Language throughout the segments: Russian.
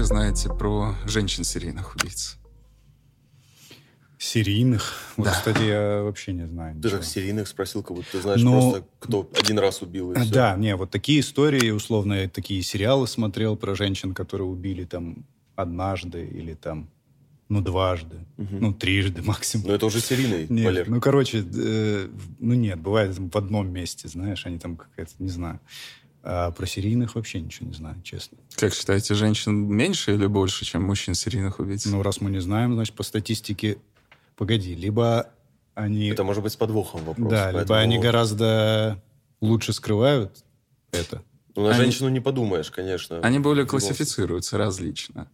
знаете про женщин-серийных убийц? Серийных? Вот, Да. кстати, я вообще не знаю. Ты ничего. так серийных спросил, как будто ты знаешь просто, кто один раз убил, и все. Да, не, вот такие истории, условно, я такие сериалы смотрел про женщин, которые убили там однажды или там, дважды, трижды максимум. Но это уже серийный, Нет, Валер. нет, бывает в одном месте, знаешь, они там какая-то, не знаю. А про серийных вообще ничего не знаю, честно. Как считаете, женщин меньше или больше, чем мужчин-серийных убийц? Раз мы не знаем, значит, по статистике... Погоди, либо они... Это может быть с подвохом вопрос. Да, поэтому... либо они гораздо лучше скрывают это. На женщину не подумаешь, конечно. Они более классифицируются различно.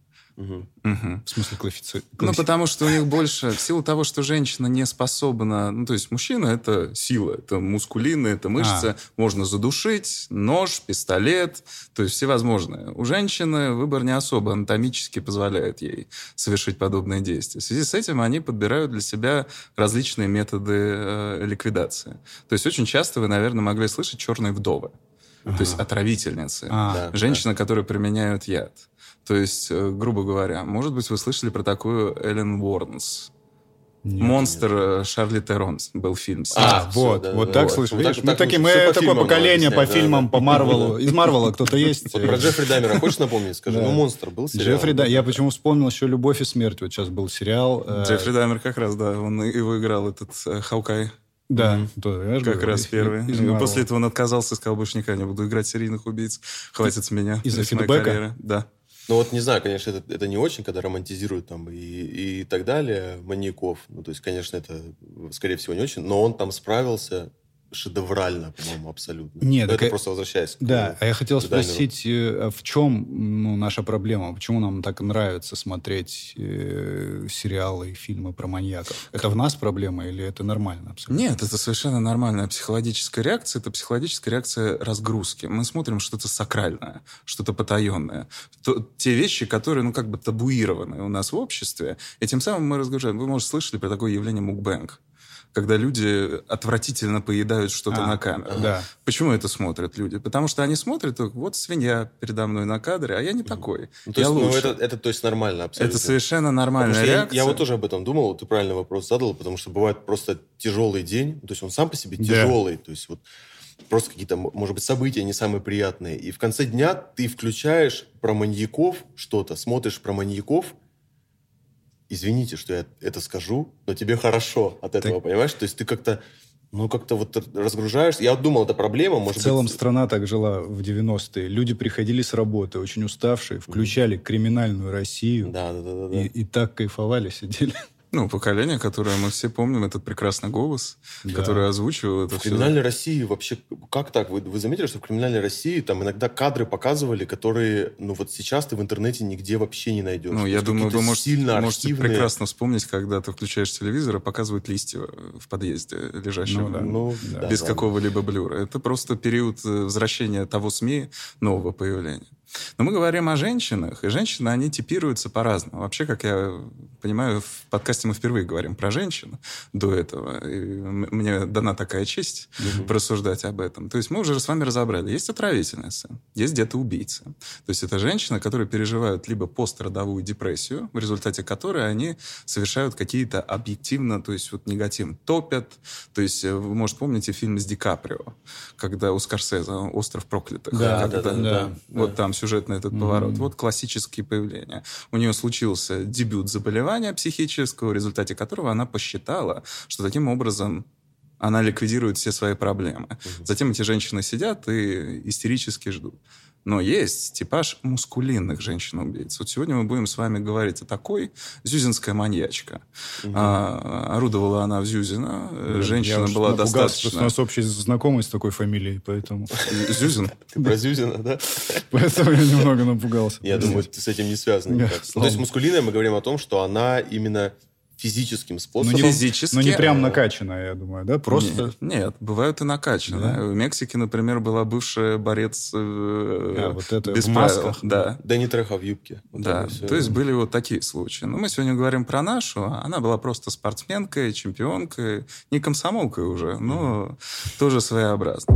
В смысле Потому что у них больше... В силу того, что женщина не способна... то есть мужчина — это сила, это мускулины, это мышцы. Можно задушить, нож, пистолет, то есть всевозможное. У женщины выбор не особо анатомически позволяет ей совершить подобные действия. В связи с этим они подбирают для себя различные методы ликвидации. То есть очень часто вы, наверное, могли слышать черные вдовы. То есть отравительницы. Женщины, которые применяют яд. То есть, грубо говоря, может быть, вы слышали про такую Эллен Уорнс. «Монстр» Шарли Терон был фильм. Так слышишь. Мы такое поколение по фильмам, по Марвелу. Из Марвела кто-то есть? Вот про Джеффри Даммера хочешь напомнить? Скажи, «Монстр» был сериал? Я почему вспомнил еще «Любовь и смерть». Вот сейчас был сериал. Джеффри Даммер как раз, да. Он его играл, этот Хаукай. Да, как раз первый. И после этого он отказался и сказал, больше никогда не буду играть серийных убийц. Хватит с меня. Из-за фидбэка? Да. Не знаю, конечно, это не очень, когда романтизируют там и так далее маньяков. То есть, конечно, это, скорее всего, не очень. Но он там справился шедеврально, по-моему, абсолютно. Нет, это просто возвращаясь к а я хотел спросить, в чем наша проблема? Почему нам так нравится смотреть сериалы и фильмы про маньяков? Это в нас проблема или это нормально абсолютно? Нет, это совершенно нормальная психологическая реакция. Это психологическая реакция разгрузки. Мы смотрим что-то сакральное, что-то потаенное. Те вещи, которые, табуированы у нас в обществе. И тем самым мы разгружаем. Вы, может, слышали про такое явление мукбэнг? Когда люди отвратительно поедают что-то на камеру. Да. Почему это смотрят люди? Потому что они смотрят, вот свинья передо мной на кадре, а я не такой. Я лучше. Это то есть нормально абсолютно. Это совершенно нормальная реакция. Я вот тоже об этом думал, ты правильный вопрос задал, потому что бывает просто тяжелый день, то есть он сам по себе тяжелый, то есть вот просто какие-то, может быть, события не самые приятные. И в конце дня ты включаешь про маньяков что-то, смотришь про маньяков. Извините, что я это скажу, но тебе хорошо от этого, понимаешь? То есть ты как-то разгружаешься. Я думал, это проблема. В целом страна так жила в 90-е. Люди приходили с работы, очень уставшие, включали «Криминальную Россию». Да. И так кайфовали, сидели. Поколение, которое мы все помним, этот прекрасный голос, который озвучивал это все. В «Криминальной России» вообще... Как так? Вы заметили, что в «Криминальной России» там иногда кадры показывали, которые, сейчас ты в интернете нигде вообще не найдешь. Я думаю, вы можете прекрасно вспомнить, когда ты включаешь телевизор, и показывают листья в подъезде, лежащие без какого-либо блюра. Это просто период возвращения того СМИ, нового появления. Но мы говорим о женщинах, и женщины, они типируются по-разному. Вообще, как я понимаю, в подкасте мы впервые говорим про женщин до этого. И мне дана такая честь порассуждать об этом. То есть мы уже с вами разобрали. Есть отравительницы, есть где-то убийцы. То есть это женщины, которые переживают либо пострадовую депрессию, в результате которой они совершают какие-то объективно, то есть негативно топят. То есть вы, может, помните фильм с Ди Каприо, когда у Скорсезе «Остров проклятых». Да. Вот там сюжетный этот поворот. Вот классические появления. У нее случился дебют заболевания психического, в результате которого она посчитала, что таким образом она ликвидирует все свои проблемы. Затем эти женщины сидят и истерически ждут. Но есть типаж мускулинных женщин-убийц. Вот сегодня мы будем с вами говорить о такой зюзинская маньячка. Орудовала она в Зюзино. Женщина была достаточно... У нас общий знакомый с такой фамилией, поэтому... Зюзин? Ты про Зюзина, да? Поэтому я немного напугался. Я думаю, ты с этим не связан никак. То есть мускулинная, мы говорим о том, что она именно... физическим способом. Физически. Но не прям накачанная, я думаю, да? Просто... Нет, бывают и накачанные. Да? В Мексике, например, была бывшая борец без правил. Да. Дэнни Трехо в юбке. Да, то есть были вот такие случаи. Но мы сегодня говорим про нашу. Она была просто спортсменкой, чемпионкой, не комсомолкой уже, но тоже своеобразной.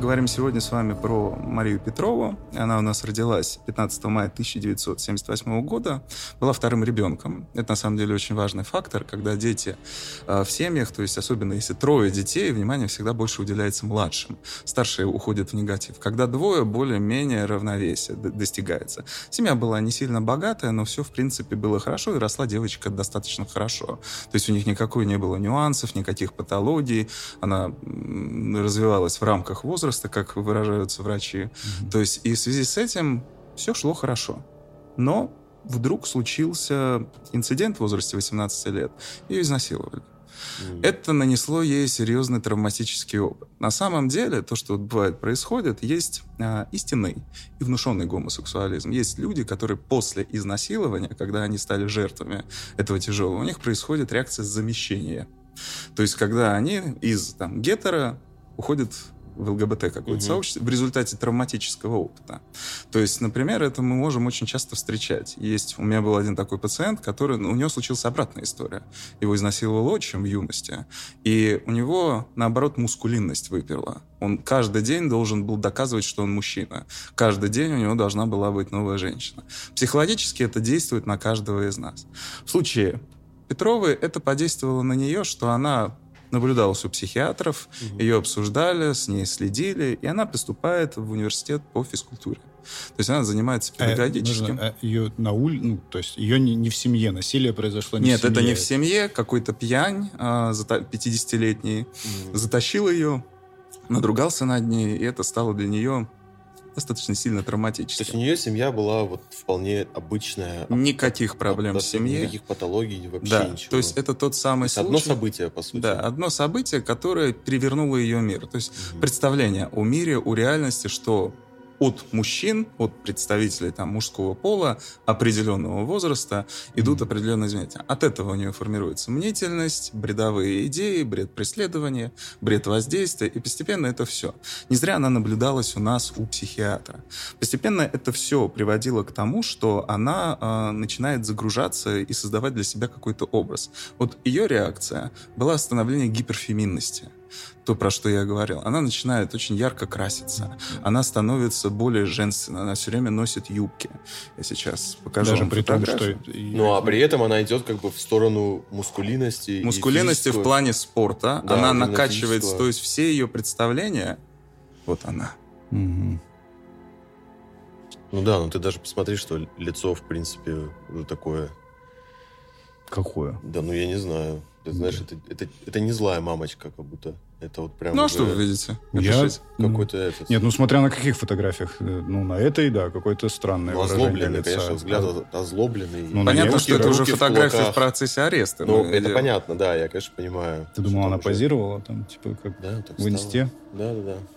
говорим сегодня с вами про Марию Петрову. Она у нас родилась 15 мая 1978 года, была вторым ребенком. Это, на самом деле, очень важный фактор, когда дети в семьях, то есть особенно если 3 детей, внимание всегда больше уделяется младшим. Старшие уходят в негатив. Когда 2, более-менее равновесие достигается. Семья была не сильно богатая, но все, в принципе, было хорошо, и росла девочка достаточно хорошо. То есть у них никакой не было нюансов, никаких патологий. Она развивалась в рамках возраста, как выражаются врачи. Mm-hmm. То есть и в связи с этим все шло хорошо. Но вдруг случился инцидент в возрасте 18 лет. Ее изнасиловали. Это нанесло ей серьезный травматический опыт. На самом деле, то, что бывает происходит, есть истинный и внушенный гомосексуализм. Есть люди, которые после изнасилования, когда они стали жертвами этого тяжелого, у них происходит реакция замещения. То есть, когда они из гетеро уходят в ЛГБТ какое-то сообщество в результате травматического опыта. То есть, например, это мы можем очень часто встречать. У меня был один такой пациент, у него случилась обратная история. Его изнасиловал отчим в юности, и у него, наоборот, мускулинность выперла. Он каждый день должен был доказывать, что он мужчина. Каждый день у него должна была быть новая женщина. Психологически это действует на каждого из нас. В случае Петровой это подействовало на нее, что она наблюдалась у психиатров, ее обсуждали, с ней следили, и она поступает в университет по физкультуре. То есть она занимается педагогическим. Ее то есть ее не в семье, насилие произошло не Нет, в семье. это не в семье, какой-то пьянь 50-летний затащил ее, надругался над ней, и это стало для нее достаточно сильно травматически. То есть у нее семья была вполне обычная. Никаких проблем в семье. Никаких патологий, вообще да, ничего. То есть это тот самый случай. Одно событие, по сути. Да, одно событие, которое перевернуло ее мир. То есть представление о мире, о реальности, что от мужчин, от представителей мужского пола определенного возраста идут определенные изменения. От этого у нее формируется мнительность, бредовые идеи, бред преследования, бред воздействия, и постепенно это все. Не зря она наблюдалась у нас у психиатра. Постепенно это все приводило к тому, что она начинает загружаться и создавать для себя какой-то образ. Вот ее реакция была становление гиперфеминности. То, про что я говорил. Она начинает очень ярко краситься. Она становится более женственной. Она все время носит юбки. Я сейчас покажу даже вам при том, что... а при этом она идет в сторону мускулинности. Мускулинности в плане спорта. Да, она накачивается. То есть все ее представления... Вот она. Угу. Ты даже посмотри, что лицо, в принципе, уже такое... Какое? Да, я не знаю. Ты знаешь, это не злая мамочка, как будто. Это вот прям... а что вы видите? Какой-то этот... Нет, смотря на каких фотографиях. На этой, да, какое-то странное выражение лица. Конечно, взгляд озлобленный. Понятно, что это уже фотография в процессе ареста. Это понятно, да, я, конечно, понимаю. Ты думал, она позировала как в инсте? Да.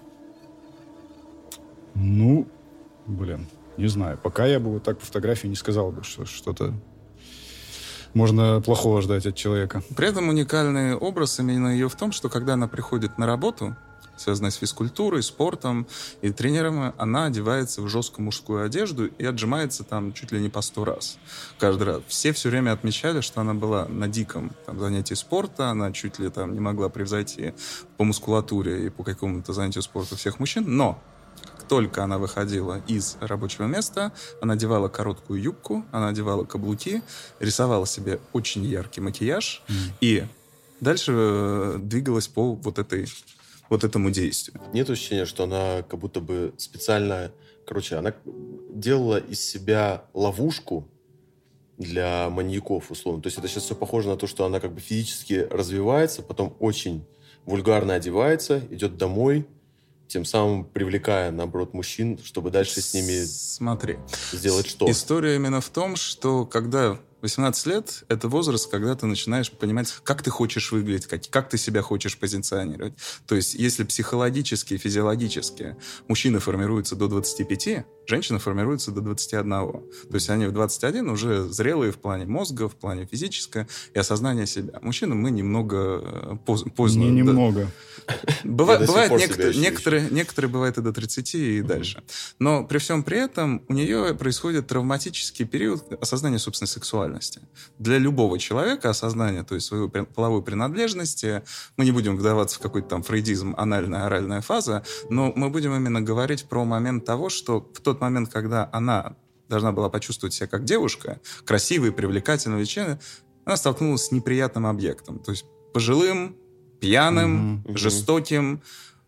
Не знаю. Пока я бы вот так по фотографии не сказал бы, что что-то... можно плохого ждать от человека. При этом уникальный образ именно ее в том, что когда она приходит на работу, связанную с физкультурой, спортом и тренером, она одевается в жесткую мужскую одежду и отжимается чуть ли не по 100 раз. Каждый раз. Все время отмечали, что она была на диком занятии спорта, она чуть ли не могла превзойти по мускулатуре и по какому-то занятию спорта всех мужчин, но только она выходила из рабочего места, она одевала короткую юбку, она одевала каблуки, рисовала себе очень яркий макияж и дальше двигалась по вот этому действию. Нет ощущения, что она как будто бы специально... она делала из себя ловушку для маньяков, условно. То есть это сейчас все похоже на то, что она физически развивается, потом очень вульгарно одевается, идет домой, тем самым привлекая, наоборот, мужчин, чтобы дальше с ними сделать что? История именно в том, что когда 18 лет – это возраст, когда ты начинаешь понимать, как ты хочешь выглядеть, как ты себя хочешь позиционировать. То есть, если психологически и физиологически мужчины формируются до 25, женщина формируется до 21. То есть, они в 21 уже зрелые в плане мозга, в плане физического и осознания себя. Мужчины мы немного поздно. Не немного. Бывает некоторые бывают и до 30 и дальше. Но при всем при этом у нее происходит травматический период осознания собственной сексуальности. сексуальности. Для любого человека осознание, то есть своей половой принадлежности, мы не будем вдаваться в какой-то там фрейдизм, анальная, оральная фаза, но мы будем именно говорить про момент того, что в тот момент, когда она должна была почувствовать себя как девушка, красивой, привлекательной, величайной, она столкнулась с неприятным объектом. То есть пожилым, пьяным, жестоким.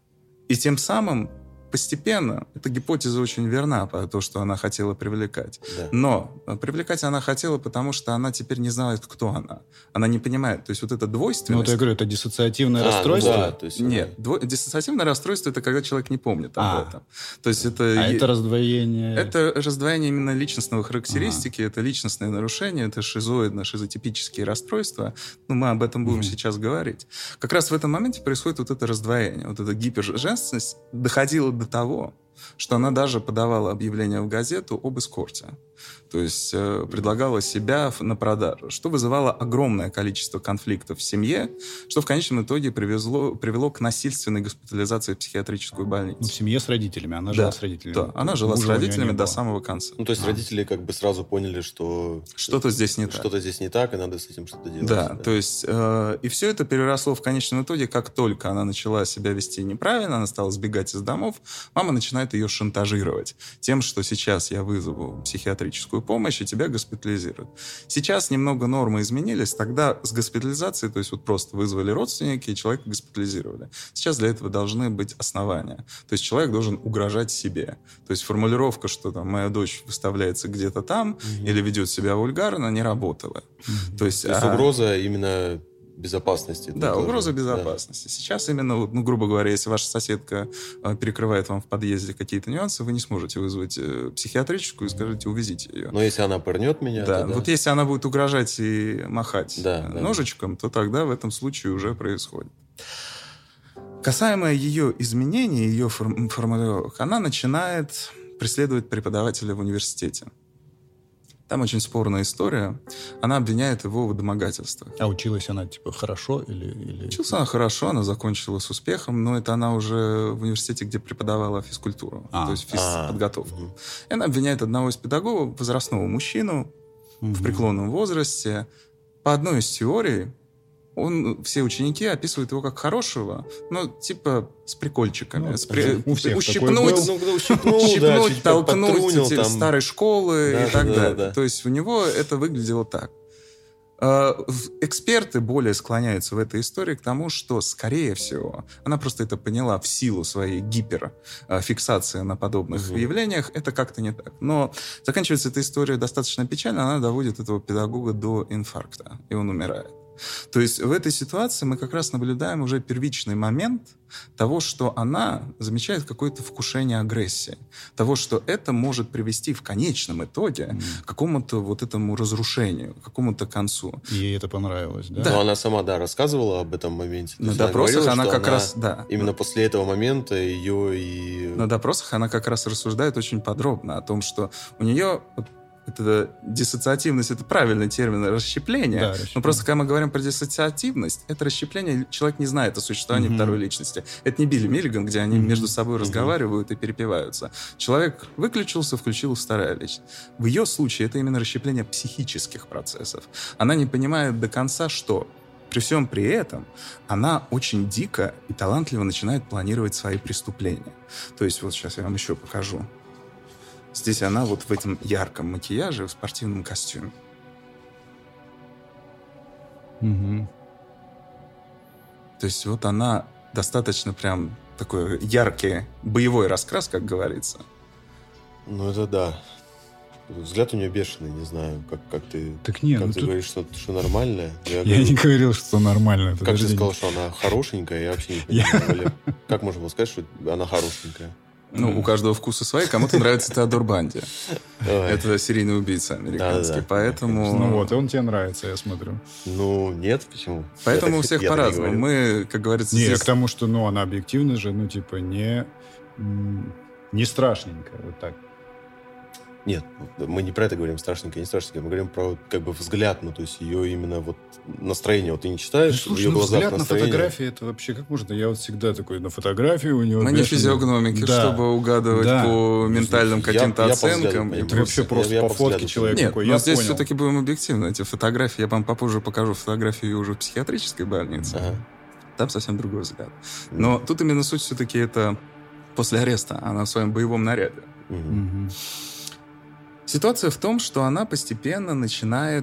И тем самым постепенно, эта гипотеза очень верна, про то, что она хотела привлекать. Да. Но привлекать она хотела, потому что она теперь не знает, кто она. Она не понимает. То есть вот эта двойственность... Ну, вот я говорю, это диссоциативное расстройство? Да, то есть, нет, диссоциативное расстройство — это когда человек не помнит об этом. То есть это... это раздвоение? Это раздвоение именно личностного характеристики, это личностные нарушения, это шизотипические расстройства. Ну, мы об этом будем сейчас говорить. Как раз в этом моменте происходит вот это раздвоение, вот эта гиперженственность доходила до того, что она даже подавала объявление в газету об эскорте. То есть предлагала себя на продажу, что вызывало огромное количество конфликтов в семье, что в конечном итоге привело к насильственной госпитализации в психиатрическую больницу. Ну, в семье с родителями. Она жила с родителями. Да, она жила с родителями до самого конца. Ну, то есть родители как бы сразу поняли, что... Что-то здесь не так. Что-то здесь не так, и надо с этим что-то делать. Да, то есть... и все это переросло в конечном итоге, как только она начала себя вести неправильно, она стала сбегать из домов, мама начинает ее шантажировать тем, что сейчас я вызову психиатрическую помощь, и тебя госпитализируют. Сейчас немного нормы изменились. Тогда с госпитализацией, то есть вот просто вызвали родственники, и человека госпитализировали. Сейчас для этого должны быть основания. То есть человек должен угрожать себе. То есть формулировка, что там моя дочь выставляется где-то там или ведет себя вульгарно, не работала. То есть угроза именно... безопасности. Да, угроза безопасности. Да. Сейчас именно, ну, грубо говоря, если ваша соседка перекрывает вам в подъезде какие-то нюансы, вы не сможете вызвать психиатрическую и скажете, увезите ее. Но если она пырнет меня... Да, вот если она будет угрожать и махать ножичком, то тогда в этом случае уже происходит. Касаемо ее изменений, ее формулировок, она начинает преследовать преподавателя в университете. Там очень спорная история. Она обвиняет его в домогательствах. А училась она, типа, хорошо? Или... Училась она хорошо, она закончила с успехом, но это она уже в университете, где преподавала физкультуру, то есть физподготовку. И она обвиняет одного из педагогов, возрастного мужчину, в преклонном возрасте. По одной из теорий, все ученики описывают его как хорошего, но типа с прикольчиками. Ущипнуть, толкнуть старой школы и так далее. То есть у него это выглядело так. Эксперты более склоняются в этой истории к тому, что, скорее всего, она просто это поняла в силу своей гиперфиксации на подобных явлениях, это как-то не так. Но заканчивается эта история достаточно печально, она доводит этого педагога до инфаркта, и он умирает. То есть в этой ситуации мы как раз наблюдаем уже первичный момент того, что она замечает какое-то вкушение агрессии, того, что это может привести в конечном итоге к какому-то вот этому разрушению, к какому-то концу. Ей это понравилось, да? Да. Но она сама, рассказывала об этом моменте. На допросах она как раз... Именно после этого момента ее и... На допросах она как раз рассуждает очень подробно о том, что у нее... Это диссоциативность, это правильный термин, расщепление. Да, но просто, когда мы говорим про диссоциативность, это расщепление, человек не знает о существовании второй личности. Это не Билли Миллиган, где они между собой разговаривают и перепеваются. Человек выключился, включилась вторая личность. В ее случае это именно расщепление психических процессов. Она не понимает до конца, что при всем при этом она очень дико и талантливо начинает планировать свои преступления. То есть вот сейчас я вам еще покажу. Здесь она вот в этом ярком макияже, в спортивном костюме. То есть вот она достаточно прям такой яркий боевой раскрас, как говорится. Ну это да. Взгляд у нее бешеный, не знаю, как ты, так нет, как ты говоришь, что нормальное. Я не говорил, что нормально. Как ты сказал, что она хорошенькая, я вообще не понимаю. Как можно было сказать, что она хорошенькая? Ну, у каждого вкуса свои. Кому-то нравится Теодор Банди. Это серийный убийца американский. Поэтому... Ну вот, и он тебе нравится, я смотрю. Ну, нет, почему? Поэтому у всех по-разному. Мы, как говорится... Не, к тому, что она объективно же, не страшненькая, вот так. Нет, мы не про это говорим, страшненькое, не страшненькое. Мы говорим про как бы взгляд, ну, то есть ее именно вот настроение. Вот ты не читаешь, слушай, в ее глазах взгляд настроение. На фотографии, это вообще как можно? Я вот всегда такой, на фотографии у него... Мы не физиогномики, чтобы угадывать по ментальным каким-то оценкам. Это вообще просто по фотке человека. Нет, но здесь все-таки будем объективны. Эти фотографии, я вам попозже покажу фотографии уже в психиатрической больнице. Ага. Там совсем другой взгляд. Но тут именно суть все-таки это после ареста. Она в своем боевом наряде. Ситуация в том, что она постепенно начинает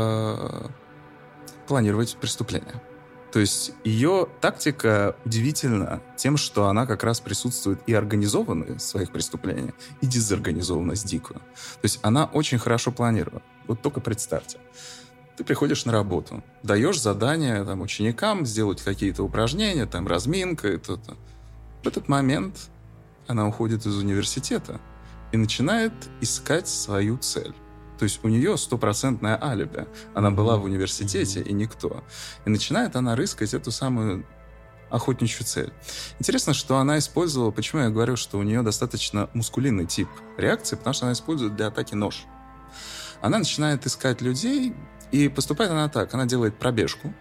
планировать преступления. То есть ее тактика удивительна тем, что она как раз присутствует и организованность своих преступлений, и дезорганизованность дикую. То есть она очень хорошо планирует. Вот только представьте. Ты приходишь на работу, даешь задание там, ученикам сделать какие-то упражнения, там, разминка и то-то. В этот момент она уходит из университета и начинает искать свою цель. То есть у нее 100% алиби. Она была в университете, и никто. И начинает она рыскать эту самую охотничью цель. Интересно, что она использовала... Почему я говорю, что у нее достаточно мускулинный тип реакции? Потому что она использует для атаки нож. Она начинает искать людей, и поступает она так. Она делает пробежку,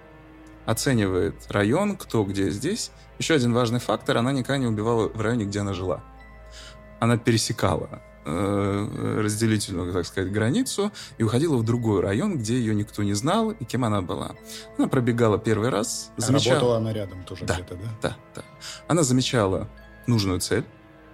оценивает район, кто где здесь. Еще один важный фактор. Она никогда не убивала в районе, где она жила. Она пересекала разделительную, так сказать, границу и уходила в другой район, где ее никто не знал и кем она была. Она пробегала первый раз, замечала... Работала она рядом тоже где-то, да? Да. Она замечала нужную цель,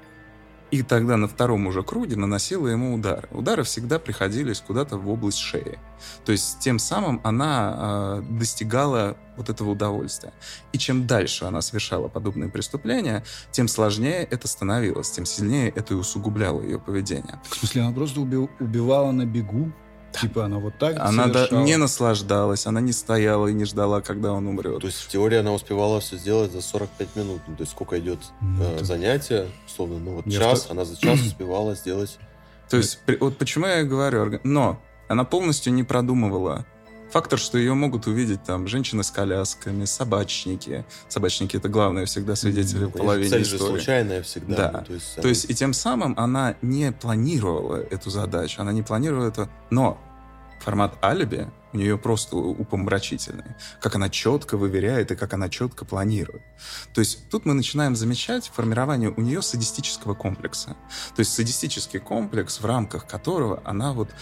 и тогда на втором уже круге наносила ему удары. Удары всегда приходились куда-то в область шеи. То есть тем самым она достигала вот этого удовольствия. И чем дальше она совершала подобные преступления, тем сложнее это становилось, тем сильнее это и усугубляло ее поведение. В смысле, она просто убивала на бегу? Типа она вот так она не наслаждалась, она не стояла и не ждала, когда он умрет. То есть в теории она успевала все сделать за 45 минут. Ну, то есть сколько идет занятие, условно, час, она за час успевала сделать. То есть вот почему я говорю, но она полностью не продумывала фактор, что ее могут увидеть там женщины с колясками, собачники. Собачники — это главное всегда свидетели в половине истории. Цель же случайная всегда. Да. То есть и тем самым она не планировала эту задачу, она не планировала это, но формат алиби у нее просто упомрачительный. Как она четко выверяет и как она четко планирует. То есть тут мы начинаем замечать формирование у нее садистического комплекса. То есть садистический комплекс, в рамках которого она вот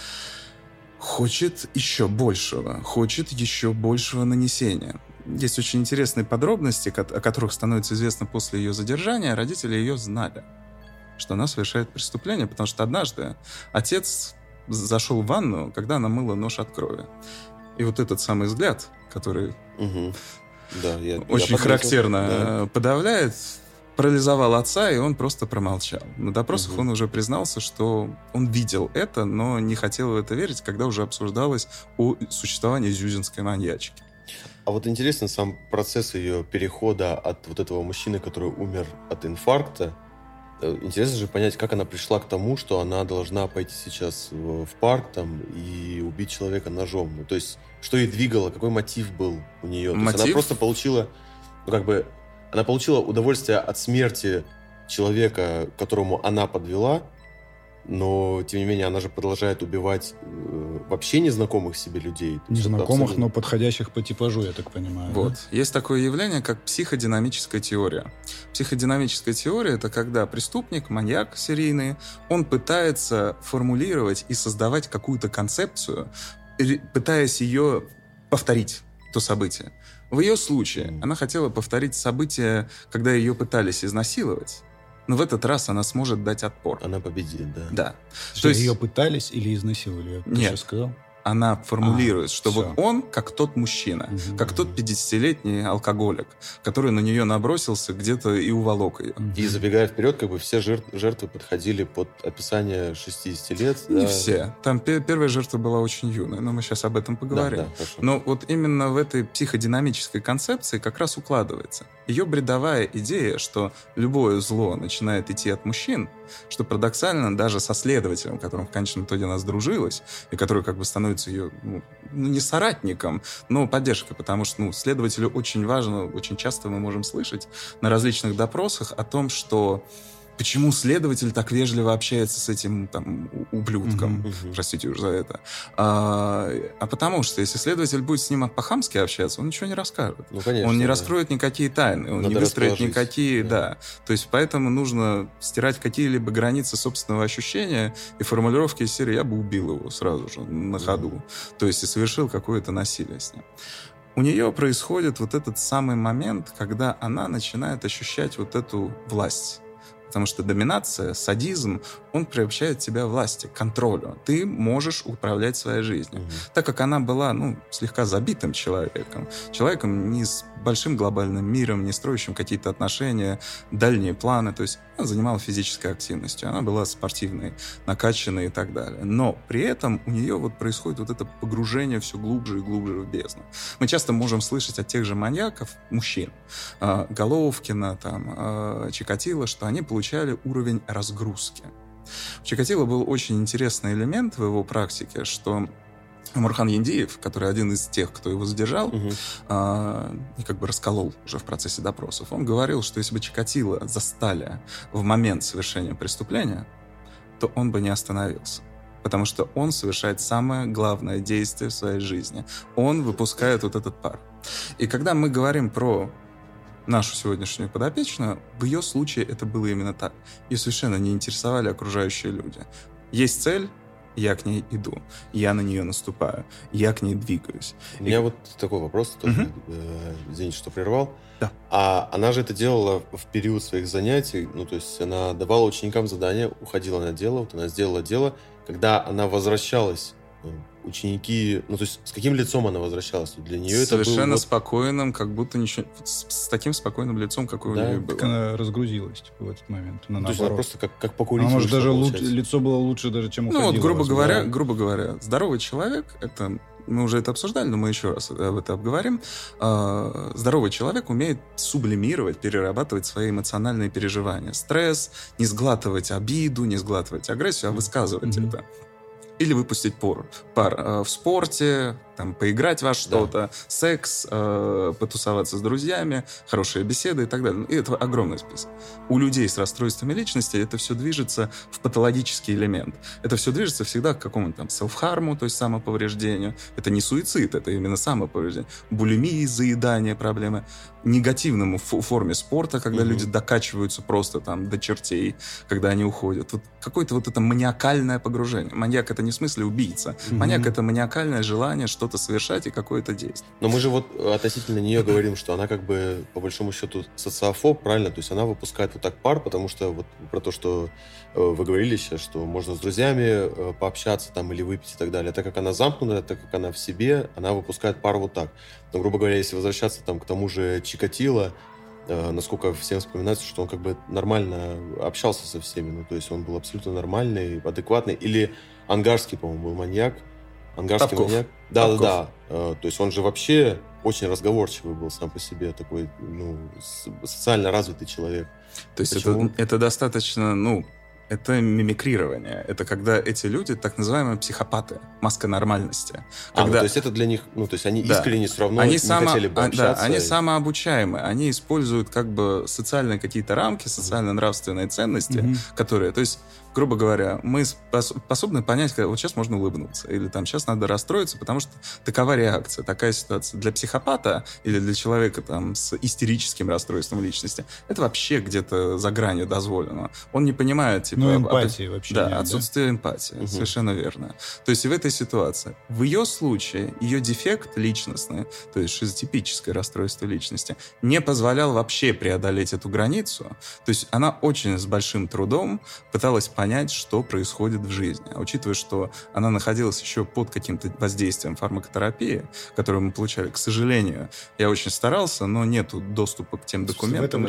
хочет еще большего нанесения. Есть очень интересные подробности, о которых становится известно после ее задержания. Родители ее знали, что она совершает преступление, потому что однажды отец зашел в ванну, когда она мыла нож от крови. И вот этот самый взгляд, который очень характерно подавляет, парализовал отца, и он просто промолчал. На допросах он уже признался, что он видел это, но не хотел в это верить, когда уже обсуждалось о существовании зюзинской маньячки. А вот интересно сам процесс ее перехода от вот этого мужчины, который умер от инфаркта. Интересно же понять, как она пришла к тому, что она должна пойти сейчас в парк там, и убить человека ножом. Ну, то есть, что ей двигало, какой мотив был у нее? То есть она просто получила, она получила удовольствие от смерти человека, которому она подвела, но, тем не менее, она же продолжает убивать вообще незнакомых себе людей. Незнакомых, но подходящих по типажу, я так понимаю. Вот. Да? Есть такое явление, как психодинамическая теория. Психодинамическая теория — это когда преступник, маньяк серийный, он пытается формулировать и создавать какую-то концепцию, пытаясь ее повторить, то событие. В ее случае она хотела повторить событие, когда ее пытались изнасиловать, но в этот раз она сможет дать отпор. Она победит, да. Да. То есть ее пытались или изнасиловали? Ты Нет. Сказал? Она формулирует, что вот он как тот мужчина, как тот 50-летний алкоголик, который на нее набросился где-то и уволок ее. И забегая вперед, как бы все жертвы подходили под описание 60 лет. Не все. Там первая жертва была очень юная, но мы сейчас об этом поговорим. Да, но вот именно в этой психодинамической концепции как раз укладывается ее бредовая идея, что любое зло начинает идти от мужчин, что парадоксально даже со следователем, которым в конечном итоге она сдружилась, и который как бы становится ее, не соратником, но поддержкой, потому что следователю очень важно, очень часто мы можем слышать на различных допросах о том, что Почему следователь так вежливо общается с этим там ублюдком? Простите уж за это. А потому что если следователь будет с ним по-хамски общаться, он ничего не расскажет. Ну, конечно, он не раскроет никакие тайны, он не выстроит никакие... Да. То есть поэтому нужно стирать какие-либо границы собственного ощущения и формулировки из серии «я бы убил его сразу же на ходу». То есть и совершил какое-то насилие с ним. У нее происходит вот этот самый момент, когда она начинает ощущать вот эту власть. Потому что доминация, садизм, он приобщает тебя к власти, к контролю. Ты можешь управлять своей жизнью. Так как она была, слегка забитым человеком. Человеком не с большим глобальным миром, не строящим какие-то отношения, дальние планы. То есть она занималась физической активностью, она была спортивной, накачанной и так далее. Но при этом у нее вот происходит вот это погружение все глубже и глубже в бездну. Мы часто можем слышать от тех же маньяков, мужчин, Головкина, Чикатило, что они получали уровень разгрузки. У Чикатило был очень интересный элемент в его практике, что Амурхан Яндиев, который один из тех, кто его задержал, и как бы расколол уже в процессе допросов, он говорил, что если бы Чикатило застали в момент совершения преступления, то он бы не остановился. Потому что он совершает самое главное действие в своей жизни. Он выпускает вот этот пар. И когда мы говорим про нашу сегодняшнюю подопечную, в ее случае это было именно так. Ее совершенно не интересовали окружающие люди. Есть цель, я к ней иду, я на нее наступаю, я к ней двигаюсь. У меня вот такой вопрос, тоже, извините, что прервал. Да. А она же это делала в период своих занятий, то есть она давала ученикам задания, уходила на дело, вот она сделала дело, когда она возвращалась, ученики, то есть с каким лицом она возвращалась? Для нее совершенно это было спокойным, как будто ничего... С таким спокойным лицом, какое у нее было. Так она разгрузилась в этот момент. То есть она просто как покурить. Может, даже лицо было лучше, даже чем уходила. Грубо говоря, здоровый человек, это... Мы уже это обсуждали, но мы еще раз об этом обговорим. Здоровый человек умеет сублимировать, перерабатывать свои эмоциональные переживания. Стресс, не сглатывать обиду, не сглатывать агрессию, а высказывать это. Или выпустить пар в спорте, поиграть во что-то, секс, потусоваться с друзьями, хорошие беседы и так далее. И это огромный список. У людей с расстройствами личности это все движется в патологический элемент. Это все движется всегда к какому-то селф-харму, то есть самоповреждению. Это не суицид, это именно самоповреждение. Булимии, заедание, проблемы. Негативному форме спорта, когда люди докачиваются просто до чертей, когда они уходят. Вот какое-то вот это маниакальное погружение. Маньяк — это не в смысле убийца. Маньяк — это маниакальное желание что-то совершать и какое-то действие. Но мы же вот относительно нее говорим, что она как бы по большому счету социофоб, правильно? То есть она выпускает вот так пар, потому что вот про то, что вы говорили сейчас, что можно с друзьями пообщаться или выпить и так далее. Так как она замкнутая, так как она в себе, она выпускает пар вот так. Но, грубо говоря, если возвращаться к тому же Чикатило, насколько всем вспоминается, что он как бы нормально общался со всеми, то есть он был абсолютно нормальный, адекватный. Или Ангарский, по-моему, был маньяк. Ангарский Топков. маньяк. Да. То есть он же вообще очень разговорчивый был сам по себе, такой, социально развитый человек. То есть это достаточно, это мимикрирование. Это когда эти люди, так называемые психопаты, маска нормальности. То есть это для них, то есть они искренне все равно не хотели бы общаться. Да, они самообучаемые. Они используют как бы социальные какие-то рамки, социально-нравственные ценности, которые, то есть, грубо говоря, мы способны понять, когда вот сейчас можно улыбнуться, или сейчас надо расстроиться, потому что такова реакция, такая ситуация. Для психопата или для человека с истерическим расстройством личности это вообще где-то за гранью дозволенного. Он не понимает, эмпатии вообще нет, отсутствие эмпатии, совершенно верно. То есть и в этой ситуации, в ее случае, ее дефект личностный, то есть шизотипическое расстройство личности, не позволял вообще преодолеть эту границу. То есть она очень с большим трудом пыталась понять, что происходит в жизни. А учитывая, что она находилась еще под каким-то воздействием фармакотерапии, которую мы получали, к сожалению, я очень старался, но нету доступа к тем документам. В это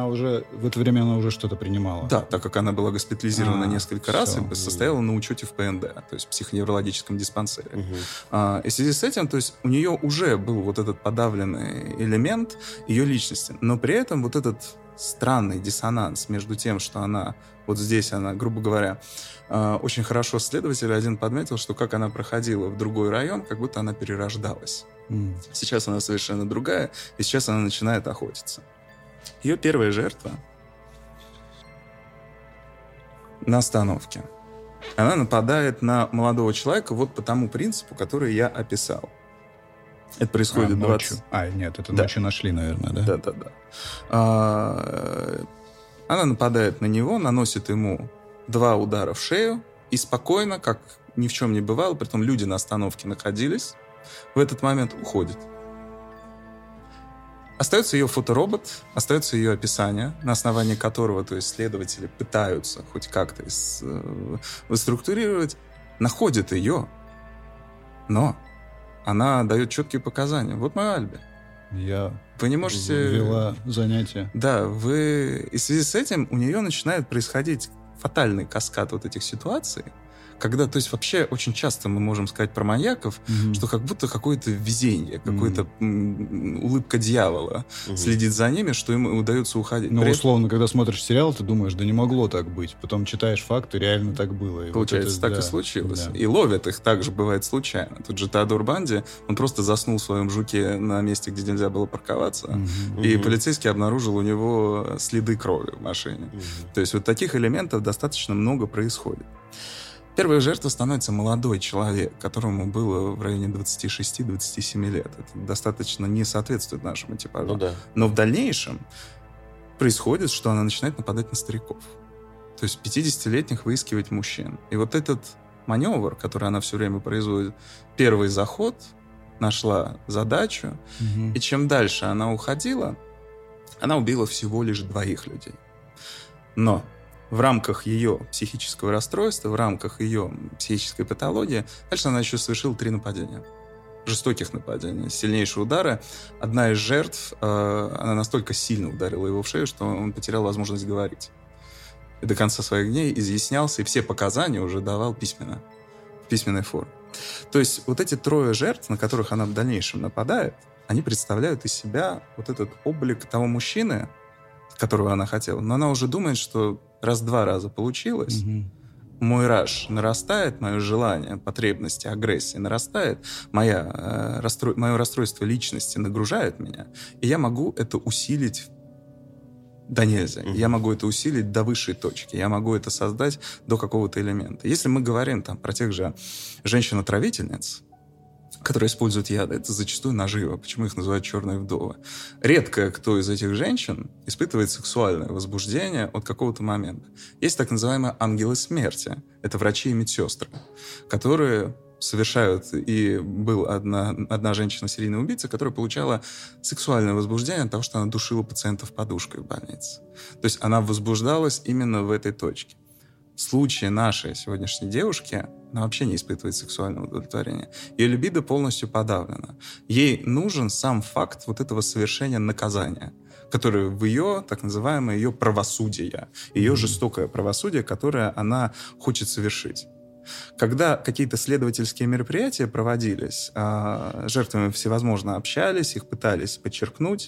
время она уже что-то принимала? Да, так как она была госпитализирована несколько раз и состояла на учете в ПНД, то есть в психоневрологическом диспансере. И в связи с этим, то есть у нее уже был вот этот подавленный элемент ее личности, но при этом вот этот странный диссонанс между тем, что она, вот здесь она, грубо говоря, очень хорошо следователь один подметил, что как она проходила в другой район, как будто она перерождалась. Сейчас она совершенно другая, и сейчас она начинает охотиться. Ее первая жертва на остановке. Она нападает на молодого человека вот по тому принципу, который я описал. Это происходит ночью. Нет, это ночью нашли, наверное, да? Да. Она нападает на него, наносит ему 2 удара в шею и спокойно, как ни в чем не бывало, притом люди на остановке находились, в этот момент уходит. Остается ее фоторобот, остается ее описание, на основании которого, то есть, следователи пытаются хоть как-то структурировать, находят ее, но она дает четкие показания. Вот мое алиби. Вы не можете... Вела занятия. Да, и в связи с этим у нее начинает происходить фатальный каскад вот этих ситуаций, когда, то есть вообще очень часто мы можем сказать про маньяков, что как будто какое-то везение, какая-то улыбка дьявола следит за ними, что им удается уходить. Ну, условно, когда смотришь сериал, ты думаешь, да не могло так быть. Потом читаешь факты, реально так было. И получается, вот это, так и случилось. Да. И ловят их также бывает случайно. Тут же Теодор Банди, он просто заснул в своем жуке на месте, где нельзя было парковаться, и полицейский обнаружил у него следы крови в машине. То есть вот таких элементов достаточно много происходит. Первой жертвой становится молодой человек, которому было в районе 26-27 лет. Это достаточно не соответствует нашему типажу. Ну, да. Но в дальнейшем происходит, что она начинает нападать на стариков. То есть 50-летних выискивать мужчин. И вот этот маневр, который она все время производит, первый заход, нашла задачу, и чем дальше она уходила, она убила всего лишь 2 людей. Но в рамках ее психического расстройства, в рамках ее психической патологии, дальше она еще совершила 3 нападения. Жестоких нападений, сильнейшие удары. Одна из жертв, она настолько сильно ударила его в шею, что он потерял возможность говорить. И до конца своих дней изъяснялся, и все показания уже давал письменно, в письменной форме. То есть вот эти 3 жертв, на которых она в дальнейшем нападает, они представляют из себя вот этот облик того мужчины, которого она хотела. Но она уже думает, что раз 2 раза получилось, мой раж нарастает, мое желание, потребности, агрессия нарастает, мое расстройство личности нагружает меня, и я могу это усилить до нельзя. Я могу это усилить до высшей точки. Я могу это создать до какого-то элемента. Если мы говорим там про тех же женщин-отравительниц, которые используют яды, это зачастую наживо. Почему их называют черные вдовы? Редко кто из этих женщин испытывает сексуальное возбуждение от какого-то момента. Есть так называемые ангелы смерти. Это врачи и медсестры, которые совершают... И была одна женщина-серийный убийца, которая получала сексуальное возбуждение от того, что она душила пациентов подушкой в больнице. То есть она возбуждалась именно в этой точке. В случае нашей сегодняшней девушки она вообще не испытывает сексуального удовлетворения. Ее либидо полностью подавлено. Ей нужен сам факт вот этого совершения наказания, которое в ее, так называемое, ее правосудие, ее жестокое правосудие, которое она хочет совершить. Когда какие-то следовательские мероприятия проводились, жертвами всевозможно общались, их пытались подчеркнуть,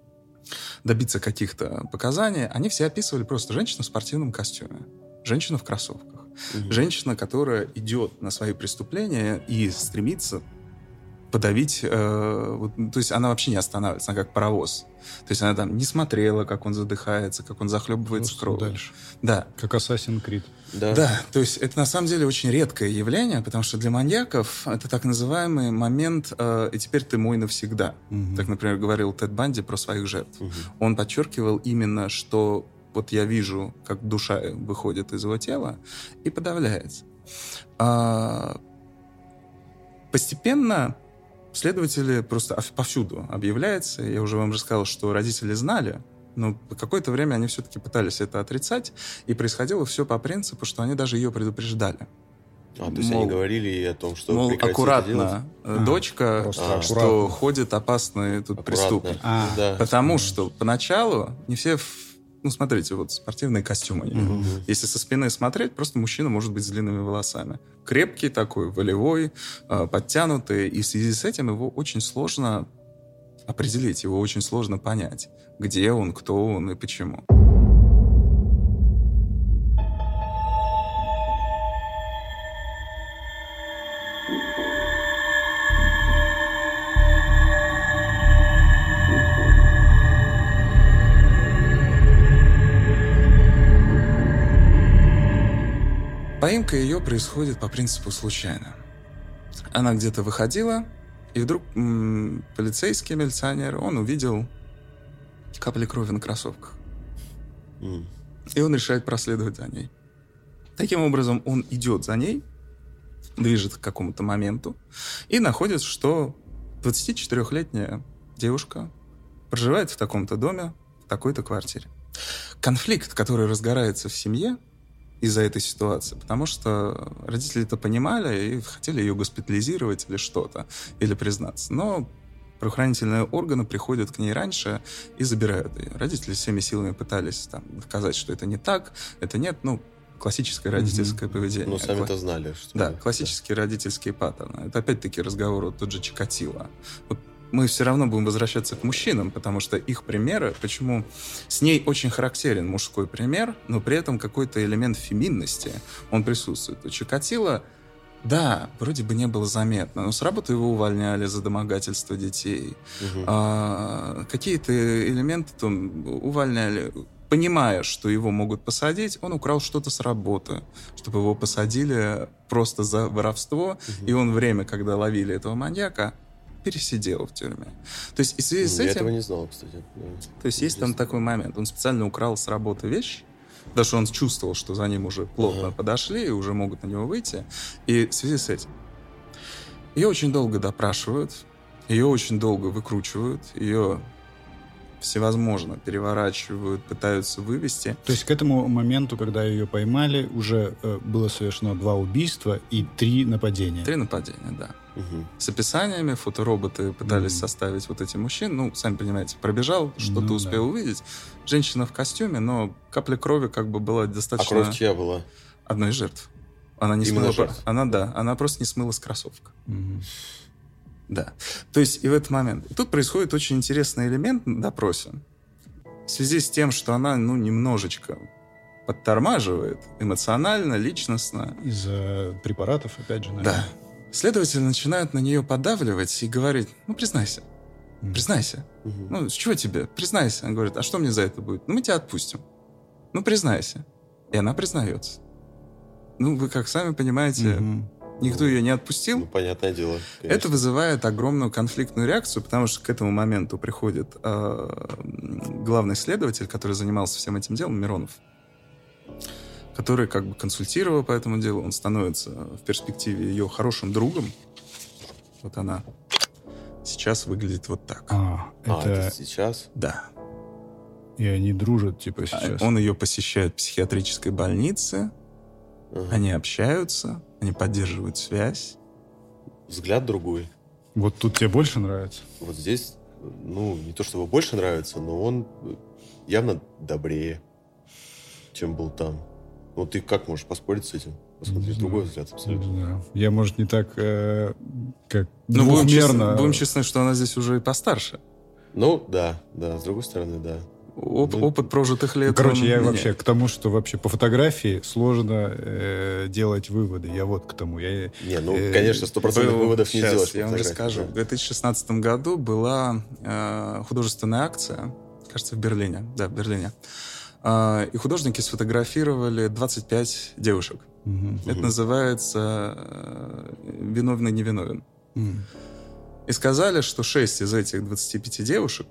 добиться каких-то показаний, они все описывали просто женщину в спортивном костюме, женщину в кроссовках. Женщина, которая идет на свои преступления и стремится подавить... то есть она вообще не останавливается, она как паровоз. То есть она там не смотрела, как он задыхается, как он захлебывается кровью. Дальше. Да. Как Assassin's Creed. Да, то есть это на самом деле очень редкое явление, потому что для маньяков это так называемый момент «и теперь ты мой навсегда». Так, например, говорил Тед Банди про своих жертв. Он подчеркивал именно, что вот я вижу, как душа выходит из его тела и подавляется. Постепенно следователи просто повсюду объявляются. Я уже вам рассказал, что родители знали, но какое-то время они все-таки пытались это отрицать, и происходило все по принципу, что они даже ее предупреждали. То есть они говорили ей о том, что мол, аккуратно, дочка, что аккуратно. ходит опасный тут преступник. Потому что поначалу не все... смотрите, вот спортивные костюмы. Если со спины смотреть, просто мужчина может быть с длинными волосами. Крепкий такой, волевой, подтянутый. И в связи с этим его очень сложно определить, его очень сложно понять, где он, кто он и почему. поимка ее происходит по принципу случайно. Она где-то выходила, и вдруг полицейский милиционер, он увидел капли крови на кроссовках. И он решает проследовать за ней. Таким образом, он идет за ней, движет к какому-то моменту и находит, что 24-летняя девушка проживает в таком-то доме, в такой-то квартире. Конфликт, который разгорается в семье из-за этой ситуации, потому что родители это понимали и хотели ее госпитализировать или что-то, или признаться. Но правоохранительные органы приходят к ней раньше и забирают ее. Родители всеми силами пытались доказать, что это не так, это нет, классическое родительское поведение. Ну, сами-то знали. Что да, классические родительские паттерны. Это опять-таки разговор тот же Чикатило. Вот мы все равно будем возвращаться к мужчинам, потому что их примеры, почему с ней очень характерен мужской пример, но при этом какой-то элемент феминности, он присутствует. У Чикатило, да, вроде бы не было заметно, но с работы его увольняли за домогательство детей. Какие-то элементы там увольняли. Понимая, что его могут посадить, он украл что-то с работы, чтобы его посадили просто за воровство, и он время, когда ловили этого маньяка, пересидел в тюрьме. То есть, и в связи с этим... Я этого не знал, кстати. То есть, есть там такой момент. Он специально украл с работы вещь, потому что он чувствовал, что за ним уже плотно подошли и уже могут на него выйти. И в связи с этим ее очень долго допрашивают, ее очень долго выкручивают, ее всевозможно переворачивают, пытаются вывести. То есть к этому моменту, когда ее поймали, уже было совершено 2 убийства и 3 нападения. 3 нападения, да. С описаниями фотороботы пытались составить вот эти мужчин. Сами понимаете, пробежал, что-то успел увидеть. Женщина в костюме, но капля крови как бы была достаточно... А кровь чья была? Одной из жертв. Она не смыла... Она просто не смыла с кроссовка. Да. То есть и в этот момент. И тут происходит очень интересный элемент на допросе. В связи с тем, что она, немножечко подтормаживает эмоционально, личностно. Из-за препаратов, опять же, наверное. Да. Следователи начинают на нее подавливать и говорить, признайся. Признайся. С чего тебе? Признайся. Она говорит, а что мне за это будет? Мы тебя отпустим. Признайся. И она признается. Вы как сами понимаете... Никто ее не отпустил. Понятное дело. Конечно. Это вызывает огромную конфликтную реакцию, потому что к этому моменту приходит главный следователь, который занимался всем этим делом, Миронов, который как бы консультировал по этому делу. Он становится в перспективе ее хорошим другом. Вот она сейчас выглядит вот так. Это сейчас? Да. И они дружат, сейчас. Он ее посещает в психиатрической больнице. Они общаются, они поддерживают связь. Взгляд другой. Вот тут тебе больше нравится? Вот здесь, не то чтобы больше нравится, но он явно добрее, чем был там. Ты как можешь поспорить с этим? Посмотри, другой взгляд абсолютно. Я, может, не так, как двухмерно. Будем честны, что она здесь уже и постарше. Да, с другой стороны, да. Опыт прожитых лет. Я вообще к тому, что вообще по фотографии сложно делать выводы. Я вот к тому. Конечно, 100% выводов не сделаешь. Я вам расскажу. В 2016 году была художественная акция, кажется, в Берлине. Да, в Берлине. И художники сфотографировали 25 девушек. Это называется «Виновный невиновен». И сказали, что 6 из этих 25 девушек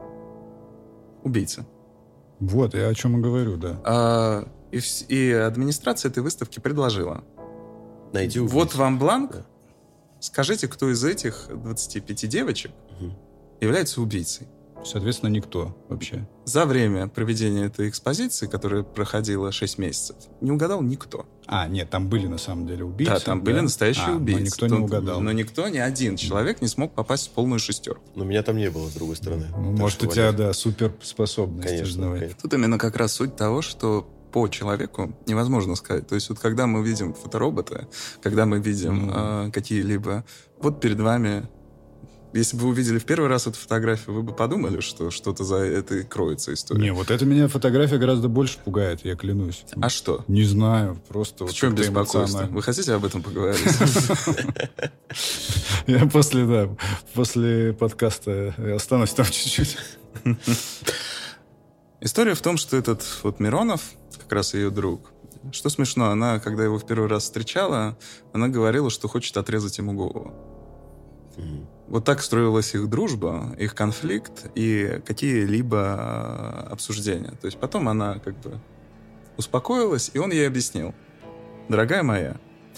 убийца. Вот, я о чем и говорю, да. И администрация этой выставки предложила. Найди убийцу. Вот вам бланк. Да. Скажите, кто из этих 25 девочек является убийцей. Соответственно, никто вообще. За время проведения этой экспозиции, которая проходила 6 месяцев, не угадал никто. Нет, там были на самом деле убийцы. Да, там были настоящие убийцы. Но никто не угадал. Но никто, ни один человек не смог попасть в полную шестерку. Но меня там не было, с другой стороны. Может, у тебя, суперспособность. Конечно. Тут именно как раз суть того, что по человеку невозможно сказать. То есть вот когда мы видим фоторобота, когда мы видим какие-либо... Вот перед вами... Если бы вы увидели в первый раз эту фотографию, вы бы подумали, что что-то за этой кроется история. Не, вот это меня фотография гораздо больше пугает, я клянусь. А что? Не знаю, просто... В чем беспокойство? Вы хотите об этом поговорить? Я после подкаста останусь там чуть-чуть. История в том, что этот вот Миронов, как раз ее друг, Что смешно, она, когда его в первый раз встречала, она говорила, что хочет отрезать ему голову. Вот так строилась их дружба, их конфликт и какие-либо обсуждения. То есть потом она как бы успокоилась, и он ей объяснил: дорогая моя,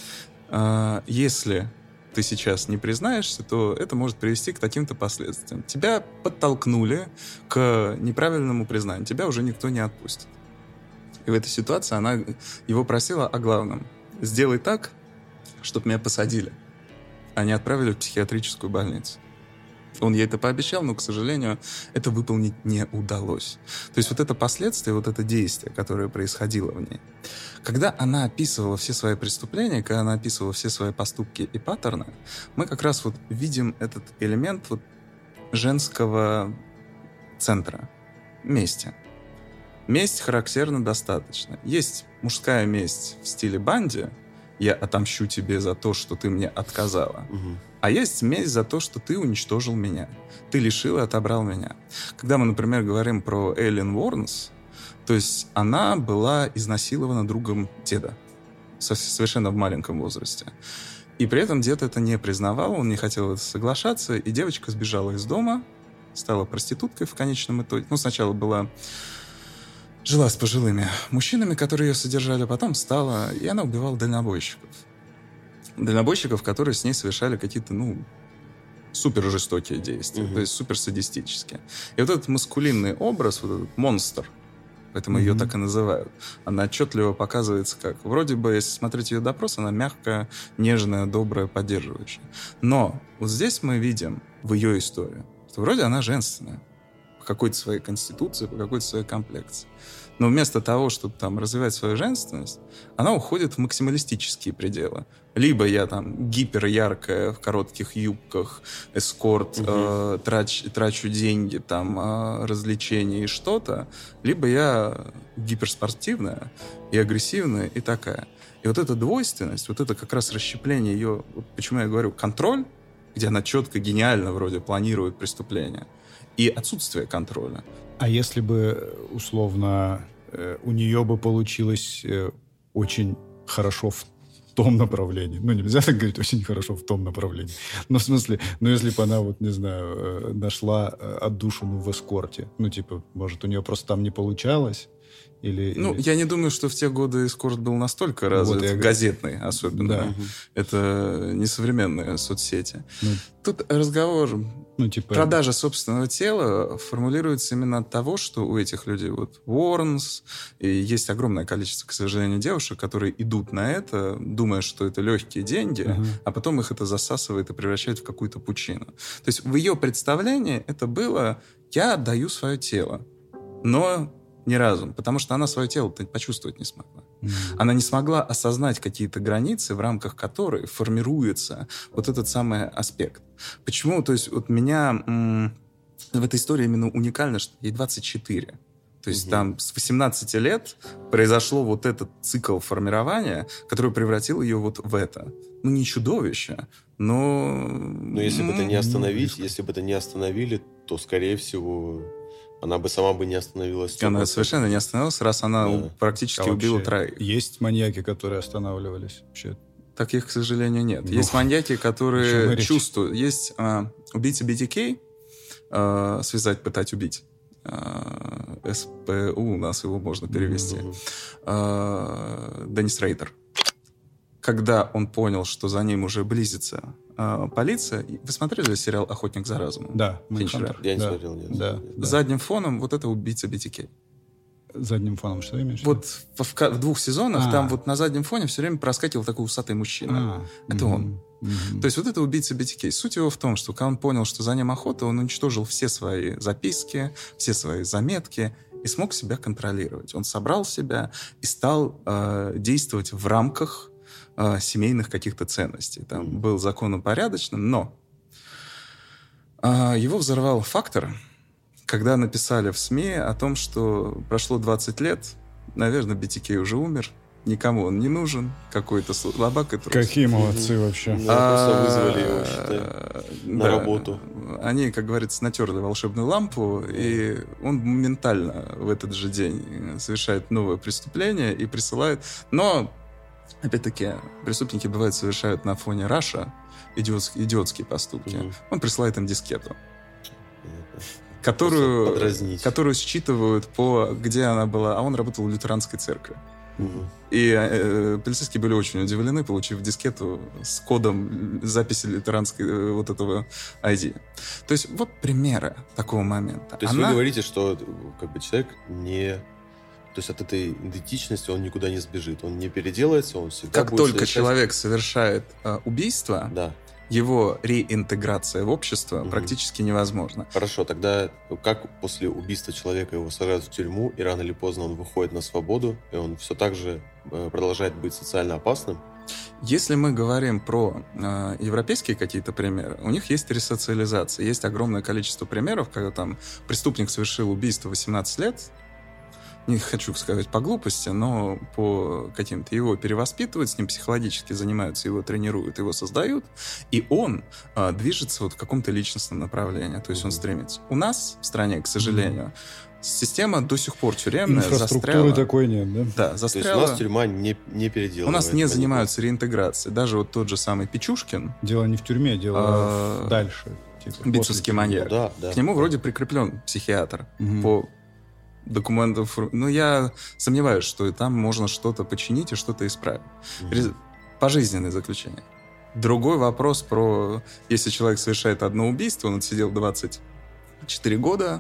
если ты сейчас не признаешься, то это может привести к таким-то последствиям. Тебя подтолкнули к неправильному признанию, тебя уже никто не отпустит. И в этой ситуации она его просила о главном: сделай так, чтобы меня посадили, а не отправили в психиатрическую больницу. Он ей это пообещал, но, к сожалению, это выполнить не удалось. То есть вот это последствие, вот это действие, которое происходило в ней. Когда она описывала все свои преступления, когда она описывала все свои поступки и паттерны, мы как раз вот видим этот элемент вот женского центра. Мести. Месть характерна достаточно. Есть мужская месть в стиле Банди. Я отомщу тебе за то, что ты мне отказала. А есть месть за то, что ты уничтожил меня. Ты лишил и отобрал меня. Когда мы, например, говорим про Эллен Уорнс, то есть она была изнасилована другом деда. Совершенно в маленьком возрасте. И при этом дед это не признавал, он не хотел это соглашаться, и девочка сбежала из дома, стала проституткой в конечном итоге. Ну, сначала жила с пожилыми мужчинами, которые ее содержали, потом стала, и она убивала дальнобойщиков. Дальнобойщиков, которые с ней совершали какие-то, супер жестокие действия, то есть супер садистические. И вот этот маскулинный образ, вот этот монстр, поэтому ее так и называют, она отчетливо показывается как. Вроде бы, если смотреть ее допрос, она мягкая, нежная, добрая, поддерживающая. Но вот здесь мы видим в ее истории, что вроде она женственная, по какой-то своей конституции, по какой-то своей комплекции. Но вместо того, чтобы там развивать свою женственность, она уходит в максималистические пределы. Либо я там гиперяркая в коротких юбках, эскорт, трачу деньги, там, развлечения и что-то, либо я гиперспортивная и агрессивная и такая. И вот эта двойственность, вот это как раз расщепление ее, вот почему я говорю, контроль, где она четко, гениально вроде планирует преступление, и отсутствие контроля. А если бы, условно, у нее бы получилось очень хорошо в том направлении. Нельзя так говорить, очень хорошо в том направлении. Но в смысле, если бы она, нашла отдушину в эскорте. Может, у нее просто там не получалось? Я не думаю, что в те годы эскорт был настолько развит, газетный особенно. Да. Это не современные соцсети. Тут разговор... Продажа собственного тела формулируется именно от того, что у этих людей, Уорнс, и есть огромное количество, к сожалению, девушек, которые идут на это, думая, что это легкие деньги, а потом их это засасывает и превращает в какую-то пучину. То есть в ее представлении это было: я отдаю свое тело, но не разум, потому что она свое тело почувствовать не смогла. Она не смогла осознать какие-то границы, в рамках которой формируется вот этот самый аспект. Почему? То есть меня в этой истории именно уникально, что ей 24. То есть там с 18 лет произошло вот этот цикл формирования, который превратил ее в это. Не чудовище, но... Но если бы это не остановить, если бы это не остановили, то, скорее всего... Она бы сама не остановилась. Она совершенно не остановилась, раз она практически убила троих. Есть маньяки, которые останавливались? Вообще? Таких, к сожалению, нет. Есть маньяки, которые чувствуют. Есть убийца BTK, связать, пытать, убить. СПУ у нас его можно перевести. Деннис Рейдер. Когда он понял, что за ним уже близится полиция... Вы смотрели сериал «Охотник за разумом»? Да. Финчера? Я не смотрел, нет. Да. Задним фоном это убийца BTK. Задним фоном что имеешь? В 2 сезонах там на заднем фоне все время проскакивал такой усатый мужчина. Это он. То есть это убийца BTK. Суть его в том, что когда он понял, что за ним охота, он уничтожил все свои записки, все свои заметки и смог себя контролировать. Он собрал себя и стал действовать в рамках семейных каких-то ценностей. Там был законопорядочным, но его взорвал фактор, когда написали в СМИ о том, что прошло 20 лет, наверное, BTK уже умер, никому он не нужен, какой-то слабак и трус. Какие молодцы вообще. Просто вызвали его, считай, на работу. Они, как говорится, натерли волшебную лампу, и он моментально в этот же день совершает новое преступление и присылает. Но, опять-таки, преступники, бывает, совершают на фоне раша идиотские поступки. Он присылает им дискету, которую считывают где она была. А он работал в лютеранской церкви. И полицейские были очень удивлены, получив дискету с кодом записи лютеранской вот этого ID. То есть вот примеры такого момента. То есть вы говорите, что как бы человек не... То есть от этой идентичности он никуда не сбежит, он не переделается, он всегда будет... Как только человек совершает убийство, его реинтеграция в общество практически невозможна. Хорошо, тогда как после убийства человека его сажают в тюрьму, и рано или поздно он выходит на свободу, и он все так же продолжает быть социально опасным? Если мы говорим про европейские какие-то примеры, у них есть ресоциализация. Есть огромное количество примеров, когда там преступник совершил убийство в 18 лет, не хочу сказать по глупости, но по каким-то его перевоспитывают, с ним психологически занимаются, его тренируют, его создают, и он движется вот в каком-то личностном направлении, то есть он стремится. У нас в стране, к сожалению, система до сих пор тюремная, инфраструктуры такой нет, да? Да, застряла. То есть у нас тюрьма не переделывает. У нас не занимаются реинтеграцией. Даже вот тот же самый Печушкин. Дело не в тюрьме, дело дальше. Битцевский маньяк. Да. К нему вроде прикреплен психиатр по документов. Но я сомневаюсь, что и там можно что-то починить и что-то исправить. Пожизненное заключение. Другой вопрос про... Если человек совершает одно убийство, он отсидел 24 года,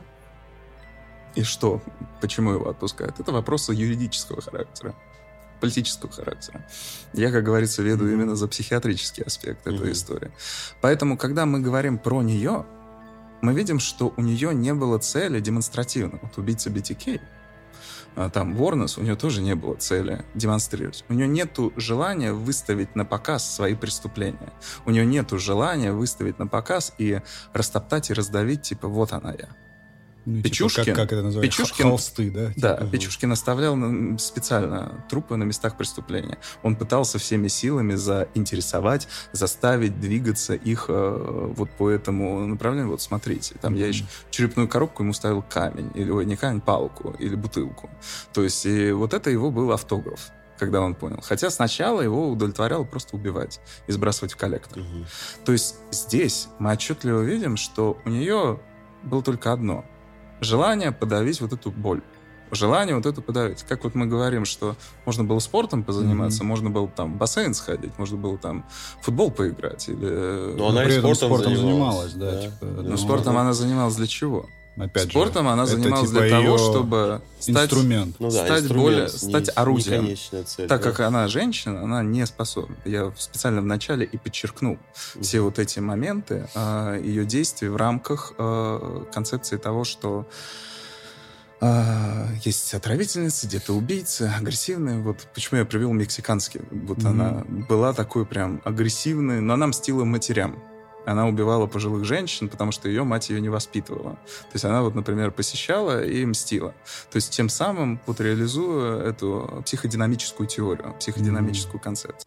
и что? Почему его отпускают? Это вопросы юридического характера, политического характера. Я, как говорится, веду именно за психиатрический аспект этой истории. Поэтому, когда мы говорим про нее, мы видим, что у нее не было цели демонстративно. Вот убийца BTK, там Ворнес, у нее тоже не было цели демонстрировать. У нее нету желания выставить на показ свои преступления. У нее нету желания выставить на показ и растоптать и раздавить, типа, вот она я. Ну, Печушкин, типа, как это называется? Холсты, да? Да, Печушкин оставлял специально трупы на местах преступления. Он пытался всеми силами заинтересовать, заставить двигаться их вот по этому направлению. Вот смотрите, там я еще черепную коробку ему ставил камень, или не камень, палку или бутылку. То есть и вот это его был автограф, когда он понял. Хотя сначала его удовлетворяло просто убивать и сбрасывать в коллектор. То есть здесь мы отчетливо видим, что у нее было только одно — желание подавить вот эту боль. Желание вот это подавить. Как вот мы говорим, что можно было спортом позаниматься, можно было там в бассейн сходить, можно было там в футбол поиграть. Или... Но она и спортом занималась. Да. Типа, но спортом она занималась для чего? Опять спортом же, она занималась типа для того, чтобы стать, стать орудием. Цель, так как она женщина, она не способна. Я специально вначале и подчеркнул все вот эти моменты ее действий в рамках концепции того, что есть отравительницы, где-то убийцы, агрессивные. Вот почему я привел мексиканский. Вот она была такой прям агрессивной, но она мстила матерям. Она убивала пожилых женщин, потому что ее мать ее не воспитывала. То есть она вот, например, посещала и мстила. То есть тем самым вот реализуя эту психодинамическую теорию, психодинамическую концепцию.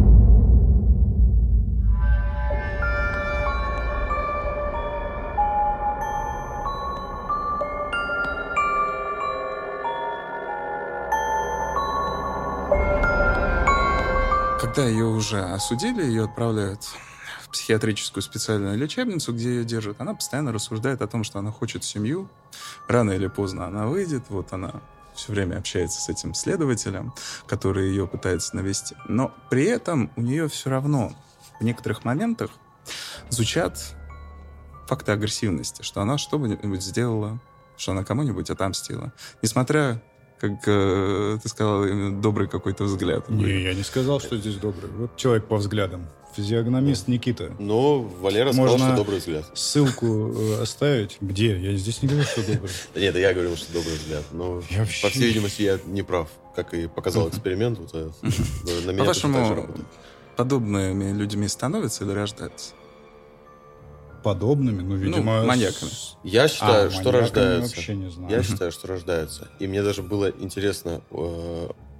Когда ее уже осудили, ее отправляют в психиатрическую специальную лечебницу, где ее держат. Она постоянно рассуждает о том, что она хочет семью. Рано или поздно она выйдет. Вот она все время общается с этим следователем, который ее пытается навести. Но при этом у нее все равно в некоторых моментах звучат факты агрессивности, что она что-нибудь сделала, что она кому-нибудь отомстила. Несмотря, как ты сказал, добрый какой-то взгляд. Не, я не сказал, что здесь добрый. Вот человек по взглядам. Физиогномист Никита. Но Валера сказал, что добрый взгляд. Ссылку оставить? Где? Я здесь не говорю, что добрый. Нет, я говорил, что добрый взгляд. Но, по всей видимости, я не прав. Как и показал эксперимент. На меня по-вашему, подобными людьми становятся или рождаются? Подобными? Ну, видимо... маньяками. Я считаю, что рождаются. Вообще не знаю. Я считаю, что рождаются. И мне даже было интересно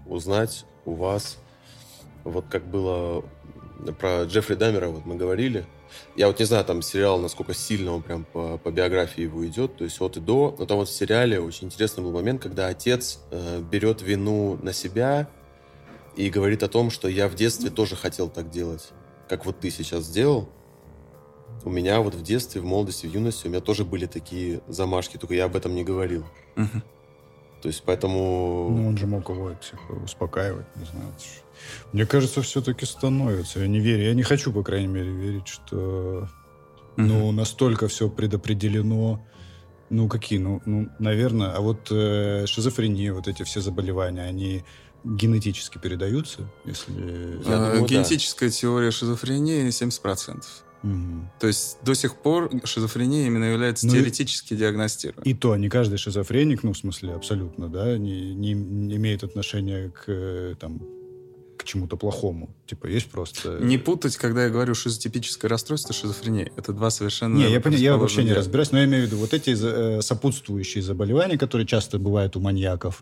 узнать у вас, вот как было про Джеффри Даммера, вот мы говорили. Я вот не знаю, там сериал, насколько сильно он прям по биографии его идет, то есть от и до. Но там вот в сериале очень интересный был момент, когда отец берет вину на себя и говорит о том, что я в детстве тоже хотел так делать, как вот ты сейчас сделал. У меня вот в детстве, в молодости, в юности у меня тоже были такие замашки, только я об этом не говорил. Угу. То есть поэтому... Ну, он же мог его успокаивать, не знаю. Мне кажется, все-таки становится. Я не верю. Я не хочу, по крайней мере, верить, что настолько все предопределено. Ну, какие? Ну, наверное. А вот шизофрения, вот эти все заболевания, они генетически передаются? Если... Генетическая теория шизофрении 70%. То есть до сих пор шизофрения именно является теоретически диагностируемой. И то не каждый шизофреник, в смысле, абсолютно, да, не имеет отношения к чему-то плохому. Типа, есть просто... Не путать, когда я говорю шизотипическое расстройство, шизофрения. Это два совершенно... Я вообще не разбираюсь, но я имею в виду вот эти сопутствующие заболевания, которые часто бывают у маньяков.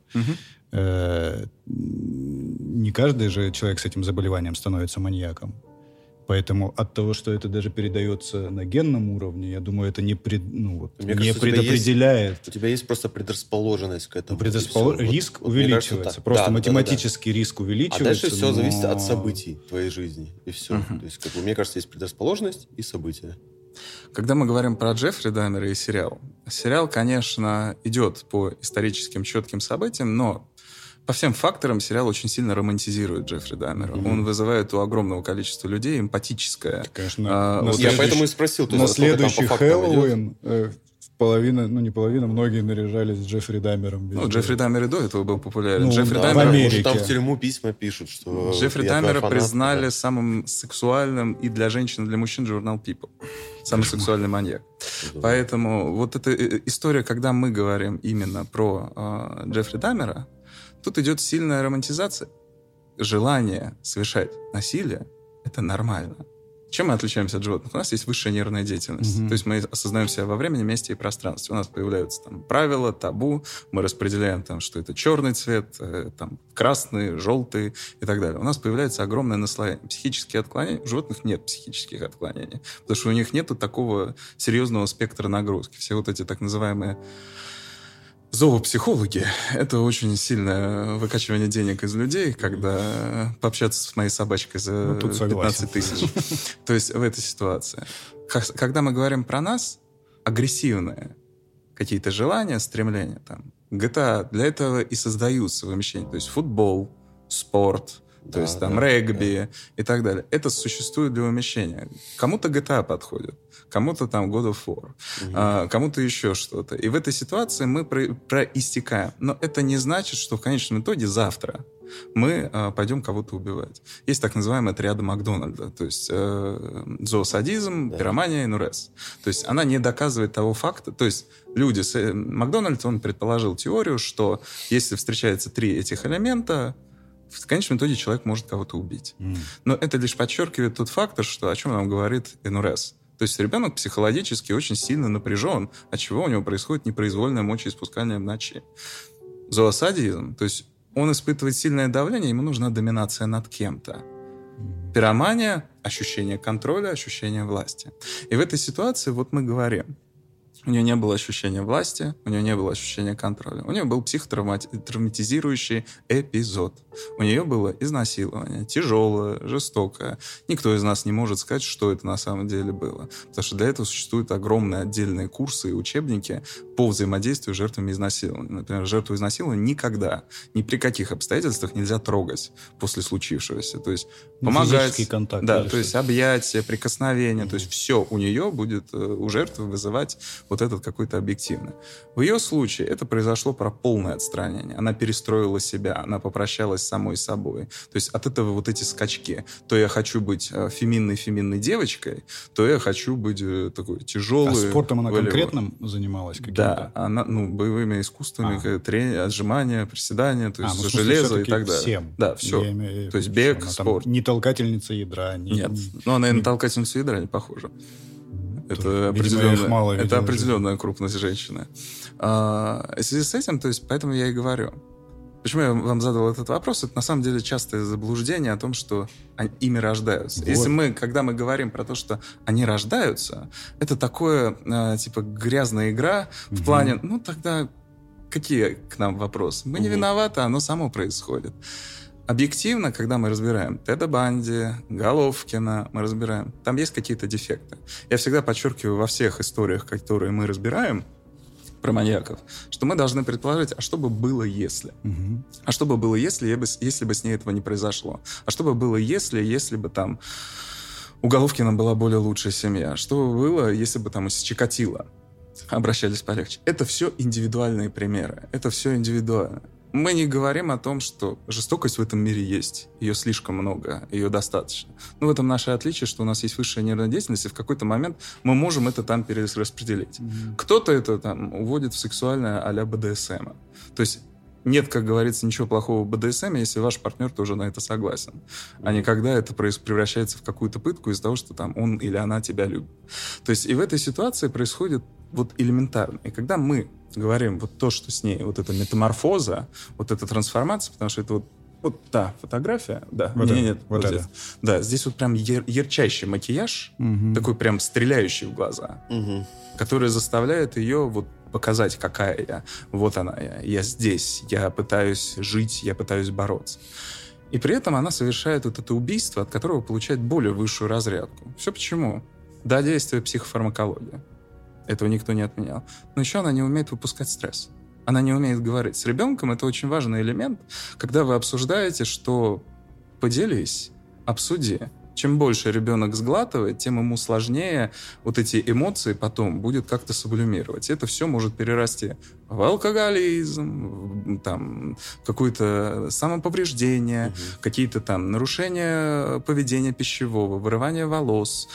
Не каждый же человек с этим заболеванием становится маньяком. Поэтому от того, что это даже передается на генном уровне, я думаю, это не предопределяет. У тебя есть просто предрасположенность к этому. Риск увеличивается. Кажется, просто математический риск увеличивается. А дальше все зависит от событий твоей жизни. И все. То есть, мне кажется, есть предрасположенность и события. Когда мы говорим про Джеффри Даммера и сериал, конечно, идет по историческим четким событиям, но по всем факторам сериал очень сильно романтизирует Джеффри Даммера. Он вызывает у огромного количества людей эмпатическое. Конечно. Я поэтому и спросил. На следующий Хэллоуин половина, не половина, многие наряжались Джеффри Даммером. Джеффри Даммер и до этого был популярен. Джеффри Даммера, в Америке. Там в тюрьму письма пишут, что... Джеффри Даммера признали самым сексуальным и для женщин, и для мужчин журнал People. Самый сексуальный маньяк. Поэтому вот эта история, когда мы говорим именно про Джеффри Даммера, тут идет сильная романтизация. Желание совершать насилие – это нормально. Чем мы отличаемся от животных? У нас есть высшая нервная деятельность. То есть мы осознаем себя во времени, месте и пространстве. У нас появляются правила, табу. Мы распределяем, что это черный цвет, красный, желтый и так далее. У нас появляется огромное наслоение. Психические отклонения. У животных нет психических отклонений. Потому что у них нет такого серьезного спектра нагрузки. Все вот эти так называемые зоопсихологи — это очень сильное выкачивание денег из людей, когда пообщаться с моей собачкой за 15 тысяч. То есть в этой ситуации. Когда мы говорим про нас, агрессивные какие-то желания, стремления, GTA, для этого и создаются вымещения. То есть футбол, спорт, то есть регби и так далее. Это существует для вымещения. Кому-то GTA подходит, кому-то God of War, кому-то еще что-то. И в этой ситуации мы проистекаем. Но это не значит, что в конечном итоге завтра мы пойдем кого-то убивать. Есть так называемая триада Макдональда. То есть зоосадизм, пиромания и нурез. То есть она не доказывает того факта. То есть Макдональд, он предположил теорию, что если встречаются 3 этих элемента, в конечном итоге человек может кого-то убить. Но это лишь подчеркивает тот фактор, что о чем нам говорит НРС. То есть ребенок психологически очень сильно напряжен, от чего у него происходит непроизвольное мочеиспускание в ночи. Зоосадизм, то есть он испытывает сильное давление, ему нужна доминация над кем-то. Пиромания – ощущение контроля, ощущение власти. И в этой ситуации мы говорим, у нее не было ощущения власти, у нее не было ощущения контроля. У нее был психотравматизирующий эпизод. У нее было изнасилование, тяжелое, жестокое. Никто из нас не может сказать, что это на самом деле было. Потому что для этого существуют огромные отдельные курсы и учебники по взаимодействию с жертвами изнасилования. Например, жертву изнасилования никогда, ни при каких обстоятельствах нельзя трогать после случившегося. То есть помогать. Физический контакт. Да, то есть объятия, прикосновения. То есть все у нее будет, у жертвы вызывать вот этот какой-то объективный. В ее случае это произошло про полное отстранение. Она перестроила себя, она попрощалась с самой собой. То есть от этого вот эти скачки. То я хочу быть феминной девочкой, то я хочу быть такой тяжелой. А спортом она конкретным занималась? Да, она боевыми искусствами, отжимания, приседания, то есть железо и так далее. Всем. Да, все. То есть бег, спорт. Не толкательница ядра. Нет, но она и на толкательницу ядра не похожа. Это определенная крупность женщины. В связи с этим, то есть, поэтому я и говорю, Почему я вам задал этот вопрос? Это на самом деле частое заблуждение о том, что ими рождаются. Вот. Если когда мы говорим про то, что они рождаются, это такое, типа, грязная игра в плане, ну, тогда какие к нам вопросы? Мы не виноваты, оно само происходит. Объективно, когда мы разбираем Теда Банди, Головкина, мы разбираем, там есть какие-то дефекты. Я всегда подчеркиваю во всех историях, которые мы разбираем, про маньяков, что мы должны предположить, а что бы было, если? А что бы было, если бы с ней этого не произошло? А что бы было, если бы там у Головкина была более лучшая семья? Что бы было, если бы там с Чикатило обращались полегче? Это все индивидуальные примеры. Это все индивидуально. Мы не говорим о том, что жестокость в этом мире есть. Ее слишком много, ее достаточно. Но в этом наше отличие, что у нас есть высшая нервная деятельность, и в какой-то момент мы можем это там перераспределить. Кто-то это там уводит в сексуальное а-ля БДСМ. То есть нет, как говорится, ничего плохого в БДСМ, если ваш партнер тоже на это согласен. А не когда это превращается в какую-то пытку из-за того, что там он или она тебя любит. То есть и в этой ситуации происходит вот элементарно. И когда мы говорим вот то, что с ней, вот эта метаморфоза, вот эта трансформация, потому что это вот та фотография, да, вот здесь. Да, здесь вот прям ярчайший макияж, такой прям стреляющий в глаза, который заставляет ее вот показать, какая я. Вот она я здесь, я пытаюсь жить, я пытаюсь бороться. И при этом она совершает вот это убийство, от которого получает более высшую разрядку. Все почему? Да, действие психофармакологии. Этого никто не отменял. Но еще она не умеет выпускать стресс. Она не умеет говорить. С ребенком это очень важный элемент, когда вы обсуждаете, что поделись, обсуди. Чем больше ребенок сглатывает, тем ему сложнее вот эти эмоции потом будет как-то сублимировать. Это все может перерасти в алкоголизм, там, какое-то самоповреждение, какие-то там нарушения поведения пищевого, вырывание волос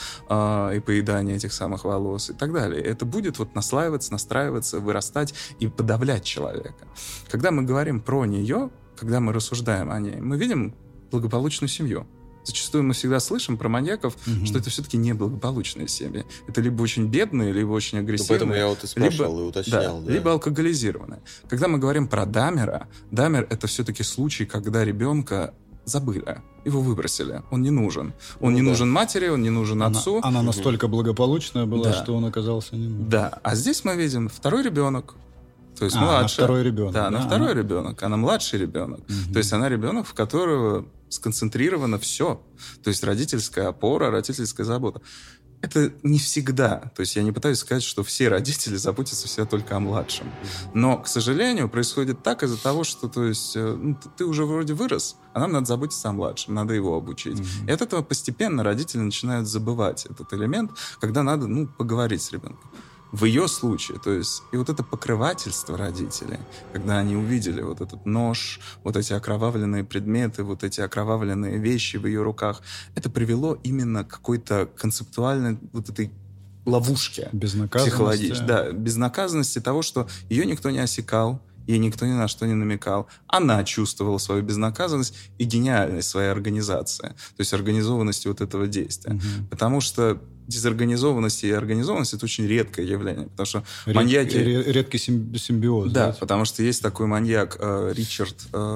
и поедание этих самых волос и так далее. Это будет вот наслаиваться, настраиваться, вырастать и подавлять человека. Когда мы говорим про нее, когда мы рассуждаем о ней, мы видим благополучную семью. Зачастую мы всегда слышим про маньяков, что это все-таки неблагополучные семьи. Это либо очень бедные, либо очень агрессивные. Поэтому я вот и спрашивал, и уточнял. Да. Либо алкоголизированные. Когда мы говорим про Даммера, Даммер — это все-таки случай, когда ребенка забыли, его выбросили. Он не нужен. Он не нужен матери, он не нужен отцу. Она настолько благополучная была, что он оказался не нужен. Да, а здесь мы видим второй ребенок. То есть младшая. Она второй ребенок. Да, она второй ребенок. Она младший ребенок. То есть она ребенок, в которого сконцентрировано все. То есть родительская опора, родительская забота. Это не всегда. То есть я не пытаюсь сказать, что все родители заботятся всегда только о младшем. Но, к сожалению, происходит так из-за того, что то есть, ты уже вроде вырос, а нам надо заботиться о младшем, надо его обучить. И от этого постепенно родители начинают забывать этот элемент, когда надо поговорить с ребенком. В ее случае, то есть, и вот это покрывательство родителей, когда они увидели вот этот нож, вот эти окровавленные предметы, вот эти окровавленные вещи в ее руках, это привело именно к какой-то концептуальной вот этой ловушке. Безнаказанности. Да, безнаказанности того, что ее никто не осекал, ей никто ни на что не намекал. Она чувствовала свою безнаказанность и гениальность своей организации, то есть организованности вот этого действия. Потому что дезорганизованность и организованность — это очень редкое явление, потому что маньяки... Редкий симбиоз. Да, потому что есть такой маньяк Ричард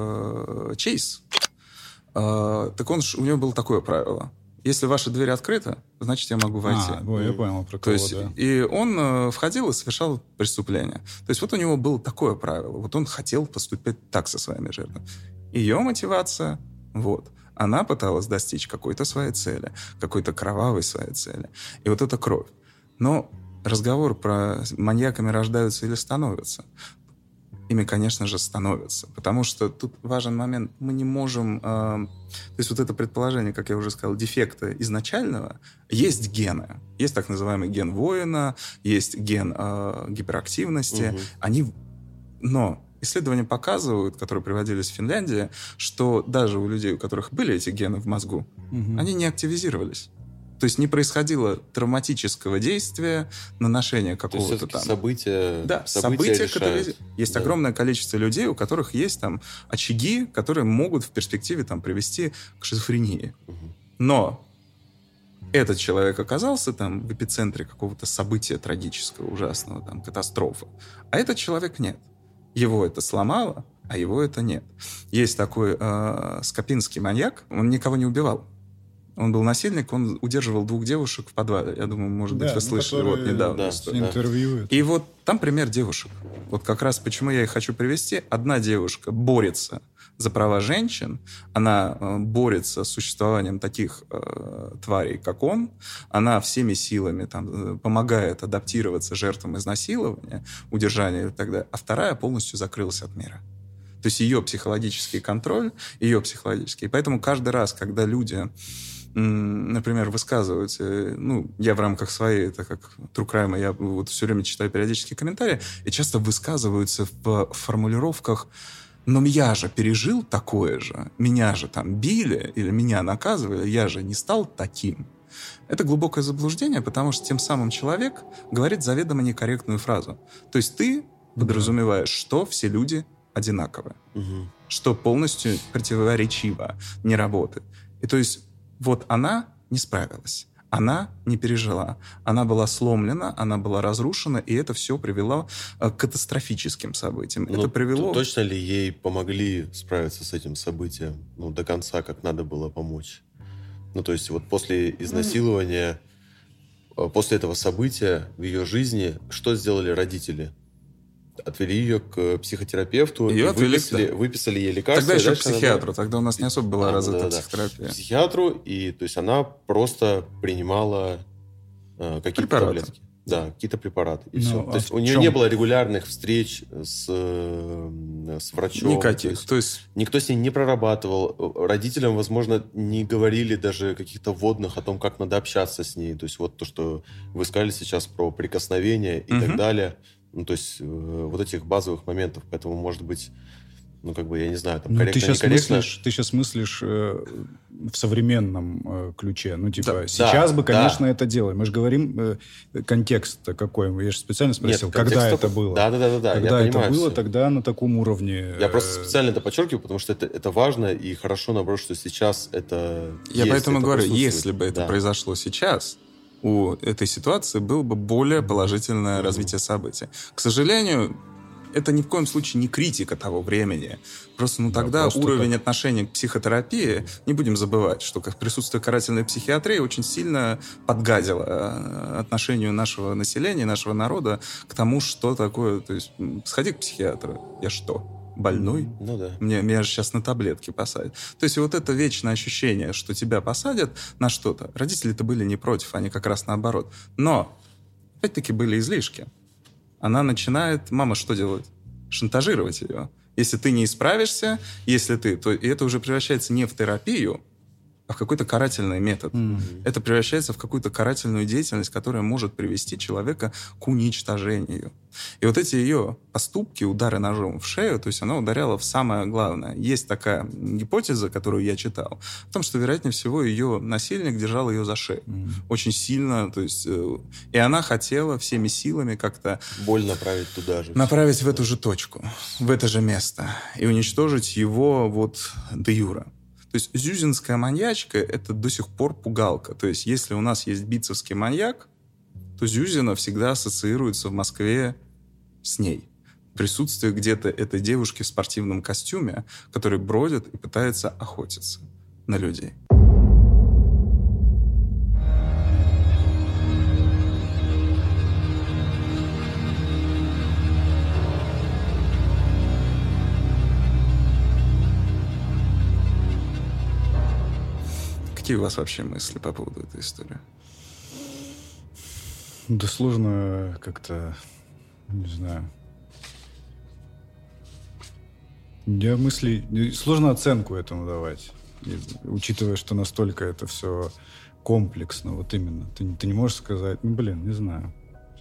Чейз. Так у него было такое правило. Если ваша дверь открыта, значит, я могу войти. Я понял, про кого, да. И он входил и совершал преступление. То есть вот у него было такое правило. Вот он хотел поступить так со своими жертвами. Ее мотивация, она пыталась достичь какой-то своей цели, какой-то кровавой своей цели. И вот это кровь. Но разговор про маньяками рождаются или становятся. Ими, конечно же, становятся. Потому что тут важен момент. Мы не можем... то есть вот это предположение, как я уже сказал, дефекта изначального. Есть гены. Есть так называемый ген воина, есть ген гиперактивности. Но исследования показывают, которые приводились в Финляндии, что даже у людей, у которых были эти гены в мозгу, они не активизировались. То есть не происходило травматического действия, наношения какого-то там... события решают. Есть огромное количество людей, у которых есть там очаги, которые могут в перспективе там привести к шизофрении. Но этот человек оказался там в эпицентре какого-то события трагического, ужасного, там, катастрофы. А этот человек нет. Его это сломало, а его это нет. Есть такой скопинский маньяк, он никого не убивал. Он был насильник, он удерживал 2 девушек в подвале. Я думаю, может быть, вы слышали недавно. Интервью. И вот там пример девушек. Вот как раз почему я их хочу привести. Одна девушка борется за права женщин, она борется с существованием таких тварей, как он, она всеми силами там, помогает адаптироваться жертвам изнасилования, удержания и так далее, а вторая полностью закрылась от мира. То есть ее психологический контроль, ее психологический. И поэтому каждый раз, когда люди, например, высказываются, я в рамках своей, это как True Crime, я вот все время читаю периодические комментарии, и часто высказываются в формулировках: но я же пережил такое же, меня же там били или меня наказывали, я же не стал таким. Это глубокое заблуждение, потому что тем самым человек говорит заведомо некорректную фразу. То есть ты подразумеваешь, что все люди одинаковые, что полностью противоречиво, не работает. И то есть вот она не справилась. Она не пережила. Она была сломлена, она была разрушена, и это все привело к катастрофическим событиям. Это привело... Точно ли ей помогли справиться с этим событием до конца, как надо было помочь? То есть вот после изнасилования, после этого события в ее жизни, что сделали родители? Отвели ее к психотерапевту, выписали ей лекарства. Тогда еще к психиатру, тогда у нас не особо была развита психотерапия. К психиатру, и то есть она просто принимала какие-то таблетки. Да, какие-то препараты. И все. То есть у нее не было регулярных встреч с врачом. Никаких. То есть никто с ней не прорабатывал. Родителям, возможно, не говорили даже каких-то вводных о том, как надо общаться с ней. То есть вот то, что вы сказали сейчас про прикосновения и так далее. То есть вот этих базовых моментов. Поэтому, может быть, я не знаю, там корректно, некорректно. Ты сейчас мыслишь в современном ключе. Сейчас бы, конечно, это делали. Мы же говорим, контекст какой. Я же специально спросил, когда это было. Да. Когда это было, тогда на таком уровне. Я просто специально это подчеркиваю, потому что это важно и хорошо, наоборот, что сейчас это Я поэтому говорю, если бы это произошло сейчас, у этой ситуации было бы более положительное развитие событий. К сожалению, это ни в коем случае не критика того времени. Просто тогда уровень отношения к психотерапии, не будем забывать, что присутствие карательной психиатрии очень сильно подгадило отношению нашего населения, нашего народа к тому, что такое. То есть сходи к психиатру. Я что? Больной? Меня же сейчас на таблетки посадят. То есть вот это вечное ощущение, что тебя посадят на что-то. Родители-то были не против, они как раз наоборот. Но, опять-таки, были излишки. Она начинает... Мама что делает? Шантажировать ее. Если ты не исправишься, то и это уже превращается не в терапию, а в какой-то карательный метод. Это превращается в какую-то карательную деятельность, которая может привести человека к уничтожению. И вот эти ее поступки, удары ножом в шею, то есть она ударяла в самое главное. Есть такая гипотеза, которую я читал, о том, что, вероятнее всего, ее насильник держал ее за шею. Очень сильно, то есть... И она хотела всеми силами как-то... Боль направить туда же. Направить в эту же точку, в это же место. И уничтожить его де юре. То есть зюзинская маньячка — это до сих пор пугалка. То есть если у нас есть битцевский маньяк, то Зюзина всегда ассоциируется в Москве с ней. Присутствие где-то этой девушки в спортивном костюме, которая бродит и пытается охотиться на людей. Какие у вас вообще мысли по поводу этой истории? Да сложно как-то, не знаю. Сложно оценку этому давать, учитывая, что настолько это все комплексно. Вот именно. Ты не можешь сказать, не знаю.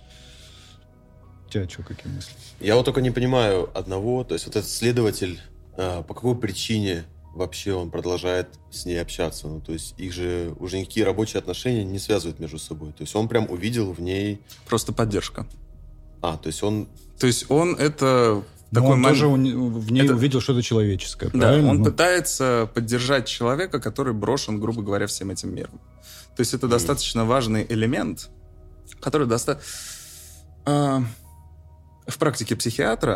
У тебя что, какие мысли? Я только не понимаю одного. То есть вот этот следователь, по какой причине вообще он продолжает с ней общаться? То есть их же уже никакие рабочие отношения не связывают между собой. То есть он прям увидел в ней... Просто поддержка. То есть он... То есть он это... Он тоже в ней увидел что-то человеческое, правильно? Да, он пытается поддержать человека, который брошен, грубо говоря, всем этим миром. То есть это достаточно важный элемент, который в практике психиатра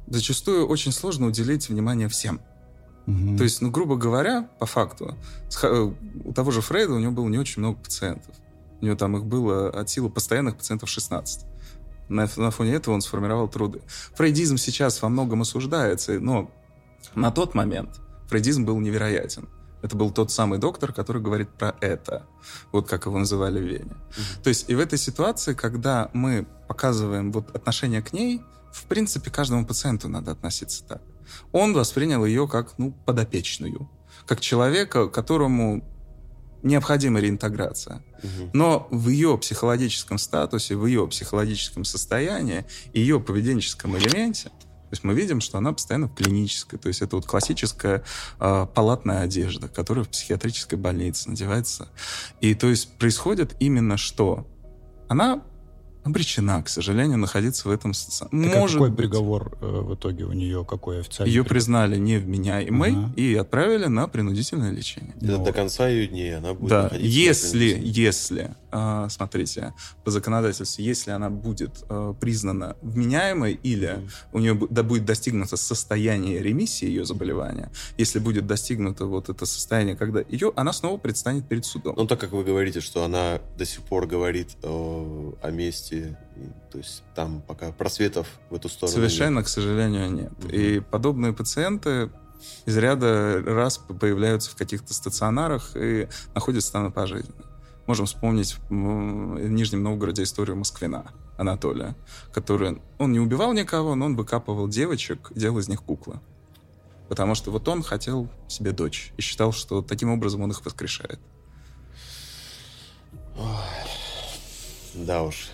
зачастую очень сложно уделить внимание всем. То есть, грубо говоря, по факту, у того же Фрейда у него было не очень много пациентов. У него там их было от силы постоянных пациентов 16. На фоне этого он сформировал труды. Фрейдизм сейчас во многом осуждается, но на тот момент фрейдизм был невероятен. Это был тот самый доктор, который говорит про это. Вот как его называли в Вене. То есть и в этой ситуации, когда мы показываем вот отношение к ней, в принципе, каждому пациенту надо относиться так. Он воспринял ее как, подопечную. Как человека, которому необходима реинтеграция. Но в ее психологическом статусе, в ее психологическом состоянии, ее поведенческом элементе, то есть мы видим, что она постоянно в клинической. То есть это вот классическая палатная одежда, которая в психиатрической больнице надевается. И то есть происходит именно что? Она обречена, к сожалению, находиться в этом состоянии. Какой приговор в итоге у нее? Какой официальный? Ее признали невменяемой и отправили на принудительное лечение. До конца ее дней она будет находиться. Если, смотрите, по законодательству, если она будет признана вменяемой или у нее будет достигнуто состояние ремиссии ее заболевания, если будет достигнуто вот это состояние, когда она снова предстанет перед судом. Ну, так как вы говорите, что она до сих пор говорит о месте, то есть там пока просветов в эту сторону совершенно нет. К сожалению, нет. И подобные пациенты из ряда раз появляются в каких-то стационарах и находятся там пожизненно. Можем вспомнить в Нижнем Новгороде историю Москвина Анатолия, который... Он не убивал никого, но он выкапывал девочек, делал из них куклы. Потому что вот он хотел себе дочь и считал, что таким образом он их воскрешает. Да уж.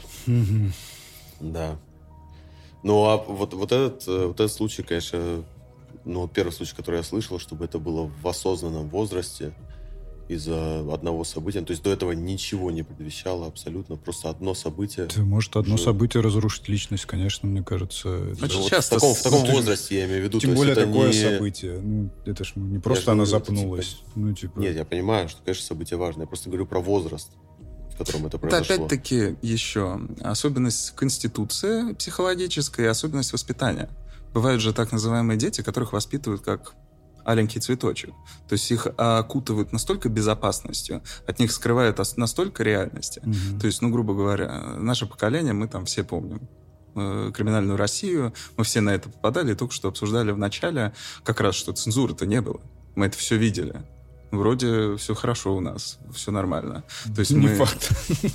Да. Ну, а вот этот случай, конечно, первый случай, который я слышал, чтобы это было в осознанном возрасте из-за одного события. То есть до этого ничего не предвещало абсолютно. Просто одно событие. Может, одно событие разрушить личность, конечно, мне кажется. Часто в таком возрасте, я имею в виду. Тем более такое событие. Это ж не просто она запнулась. Нет, я понимаю, что, конечно, событие важное. Я просто говорю про возраст, в котором это произошло. Опять-таки еще особенность конституции психологической и особенность воспитания. Бывают же так называемые дети, которых воспитывают как аленький цветочек. То есть их окутывают настолько безопасностью, от них скрывают настолько реальности. То есть, грубо говоря, наше поколение, мы там все помним криминальную Россию, мы все на это попадали и только что обсуждали в начале как раз, что цензуры-то не было. Мы это все видели. Вроде все хорошо у нас, все нормально. То есть не факт.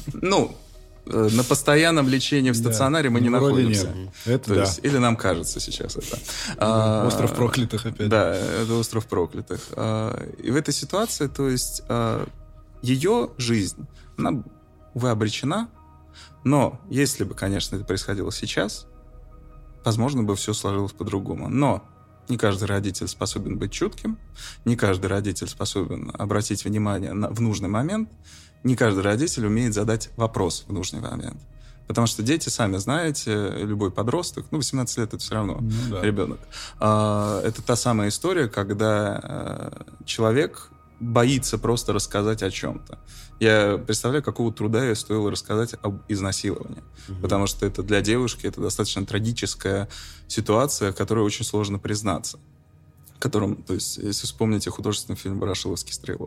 На постоянном лечении в стационаре мы не находимся. Нет. Это есть, или нам кажется сейчас это. Остров проклятых опять. Да, это остров проклятых. И в этой ситуации, то есть, ее жизнь, она, увы, обречена. Но если бы, конечно, это происходило сейчас, возможно бы все сложилось по-другому. Но не каждый родитель способен быть чутким, не каждый родитель способен обратить внимание в нужный момент, не каждый родитель умеет задать вопрос в нужный момент. Потому что дети, сами знаете, любой подросток, 18 лет — это все равно ребенок. Это та самая история, когда человек боится просто рассказать о чем-то. Я представляю, какого труда ей стоило рассказать об изнасиловании. Потому что это для девушки это достаточно трагическая ситуация, в которой очень сложно признаться. То есть, если вспомните художественный фильм «Ворошиловский стрелок».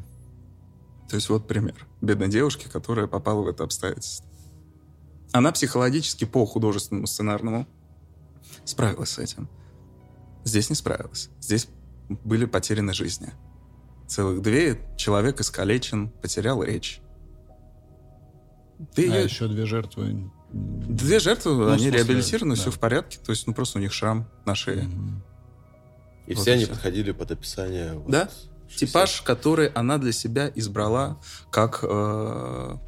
То есть вот пример бедной девушки, которая попала в это обстоятельство. Она психологически по художественному сценарному справилась с этим. Здесь не справилась. Здесь были потеряны жизни. Целых 2. Человек искалечен, потерял речь. Еще 2 жертвы. 2 жертвы, они реабилитированы, все в порядке. То есть просто у них шрам на шее. И вот все они подходили под описание... Да. Типаж, который она для себя избрала как вот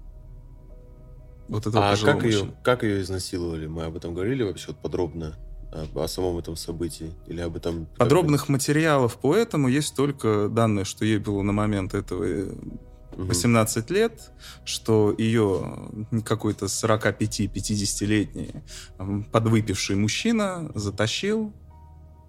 этого пожилого мужчины. Как ее изнасиловали? Мы об этом говорили вообще подробно? О самом этом событии? Или об этом... Подробных материалов по этому есть только данные, что ей было на момент этого 18 лет, что ее какой-то 45-50-летний подвыпивший мужчина затащил,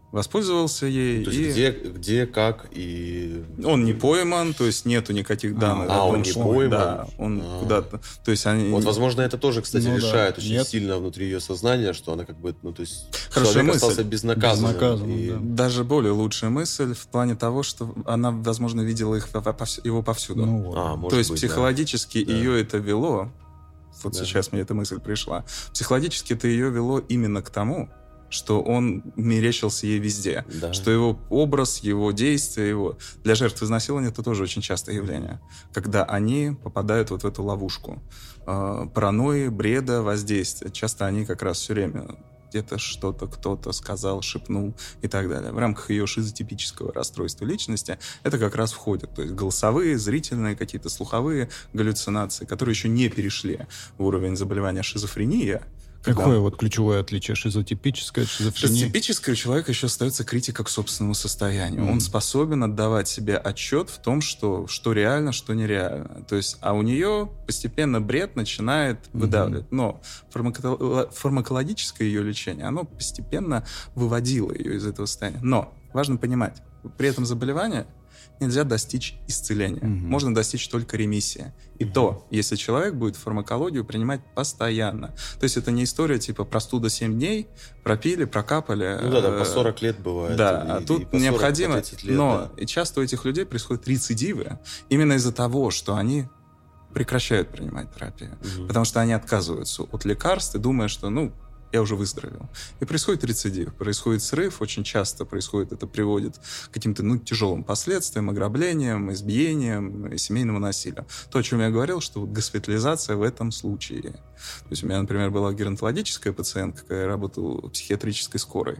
воспользовался ей. То есть где, как и... Он не пойман, то есть нету никаких данных. Он не пойман? Да, он куда-то... То есть они... Вот, возможно, это тоже, кстати, решает очень сильно внутри ее сознания, что она как бы, то есть человек остался безнаказанным. Даже более лучшая мысль в плане того, что она, возможно, видела его повсюду. То есть психологически ее это вело. Вот сейчас мне эта мысль пришла. Психологически это ее вело именно к тому, что он мерещился ей везде. Да. Что его образ, его действия, его... Для жертв изнасилования это тоже очень частое явление. Когда они попадают вот в эту ловушку. Паранойи, бреда, воздействия. Часто они как раз все время где-то что-то кто-то сказал, шепнул и так далее. В рамках ее шизотипического расстройства личности это как раз входит. То есть голосовые, зрительные, какие-то слуховые галлюцинации, которые еще не перешли в уровень заболевания шизофрения. Какое вот ключевое отличие шизотипическое от шизофрении? Шизотипическое у человека еще остается критика к собственному состоянию. Он способен отдавать себе отчет в том, что реально, что нереально. То есть, а у нее постепенно бред начинает выдавливать. Но фармакологическое ее лечение, оно постепенно выводило ее из этого состояния. Но важно понимать, при этом заболевании нельзя достичь исцеления. Можно достичь только ремиссии. И то, если человек будет фармакологию принимать постоянно. То есть это не история типа простуда 7 дней, пропили, прокапали. По 40 лет бывает. Да, а тут необходимо... Но и часто у этих людей происходят рецидивы именно из-за того, что они прекращают принимать терапию. Потому что они отказываются от лекарств и думая, что, я уже выздоровел. И происходит рецидив, происходит срыв, очень часто это приводит к каким-то тяжелым последствиям, ограблениям, избиениям, семейному насилию. То, о чем я говорил, что госпитализация в этом случае. То есть у меня, например, была геронтологическая пациентка, когда я работал в психиатрической скорой,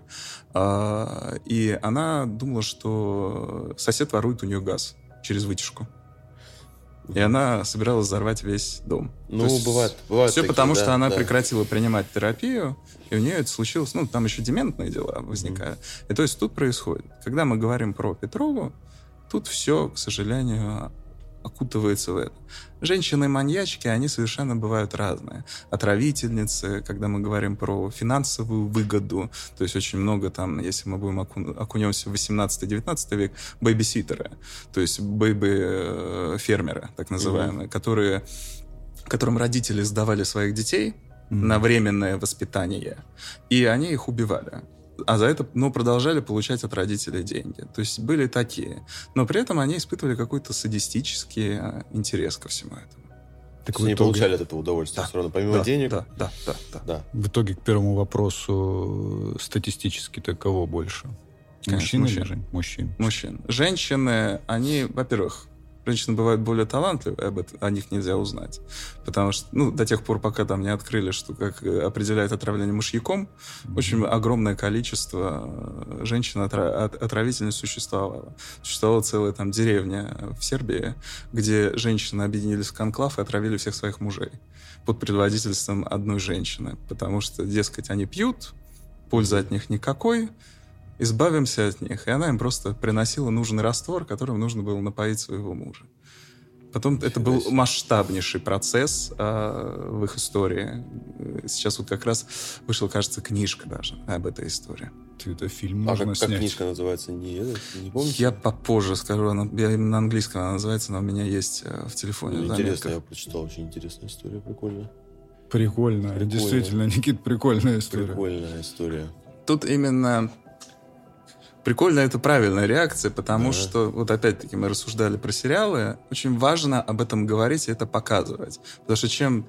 и она думала, что сосед ворует у нее газ через вытяжку. И она собиралась взорвать весь дом. Бывает. Все потому, что она прекратила принимать терапию, и у нее это случилось, там еще дементные дела возникают. И то есть тут происходит. Когда мы говорим про Петрову, тут все, к сожалению, окутывается в это. Женщины-маньячки, они совершенно бывают разные. Отравительницы, когда мы говорим про финансовую выгоду, то есть очень много там, если мы будем окунемся в 18-19 век, бэйбиситеры, то есть бэйби-фермеры, так называемые, которым родители сдавали своих детей на временное воспитание, и они их убивали. А за это, продолжали получать от родителей деньги. То есть были такие. Но при этом они испытывали какой-то садистический интерес ко всему этому. Так они получали от этого удовольствие все равно, помимо денег? Да. В итоге к первому вопросу статистически-то кого больше? Конечно, Мужчин. Мужчин. Женщины, они, во-первых, женщины бывают более талантливые, о них нельзя узнать. Потому что, до тех пор, пока там не открыли, что как определяет отравление мышьяком, очень огромное количество женщин-отравительниц существовало. Существовала целая там деревня в Сербии, где женщины объединились в конклав и отравили всех своих мужей под предводительством одной женщины. Потому что, дескать, они пьют, пользы от них никакой, избавимся от них. И она им просто приносила нужный раствор, которым нужно было напоить своего мужа. Потом это был масштабнейший процесс в их истории. Сейчас вот как раз вышла, кажется, книжка даже об этой истории. Это фильм можно снять. Как книжка называется? Не помните? Я попозже скажу. Именно на английском она называется, но у меня есть в телефоне. Интересно, я прочитал. Очень интересная история, прикольная. Прикольно. Действительно, Никит, прикольная история. Прикольная история. Тут именно... Прикольно, это правильная реакция, потому что, вот опять-таки, мы рассуждали про сериалы, очень важно об этом говорить и это показывать. Потому что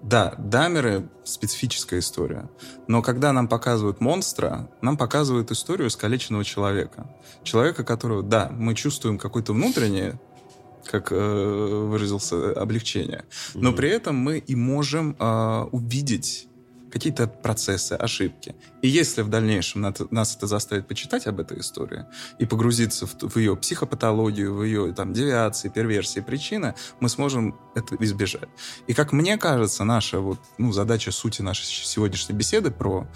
Дамеры — специфическая история, но когда нам показывают монстра, нам показывают историю искалеченного человека. Человека, которого, мы чувствуем какое-то внутреннее, как выразился, облегчение, но при этом мы и можем увидеть какие-то процессы, ошибки. И если в дальнейшем нас это заставит почитать об этой истории и погрузиться в ее психопатологию, в ее девиации, перверсии, причины, мы сможем это избежать. И как мне кажется, наша задача сути нашей сегодняшней беседы про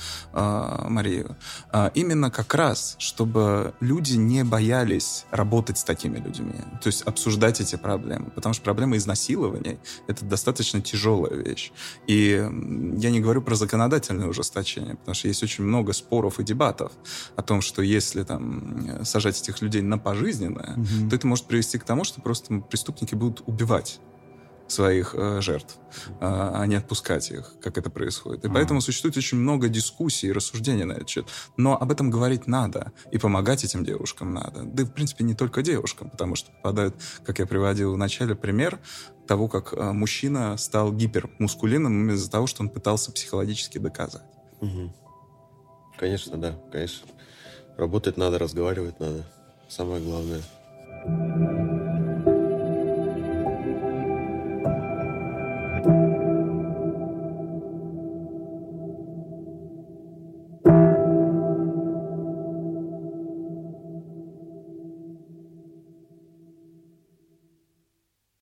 Марию именно как раз, чтобы люди не боялись работать с такими людьми, то есть обсуждать эти проблемы. Потому что проблема изнасилования — это достаточно тяжелая вещь. И я не говорю про законодательное ужесточение, потому что есть очень много споров и дебатов о том, что если там сажать этих людей на пожизненное, то это может привести к тому, что просто преступники будут убивать своих жертв, а не отпускать их, как это происходит. И поэтому существует очень много дискуссий и рассуждений на этот счет. Но об этом говорить надо, и помогать этим девушкам надо. Да и, в принципе, не только девушкам, потому что попадают, как я приводил в начале пример, того, как мужчина стал гипермускулинным из-за того, что он пытался психологически доказать. Конечно, да, конечно. Работать надо, разговаривать надо. Самое главное.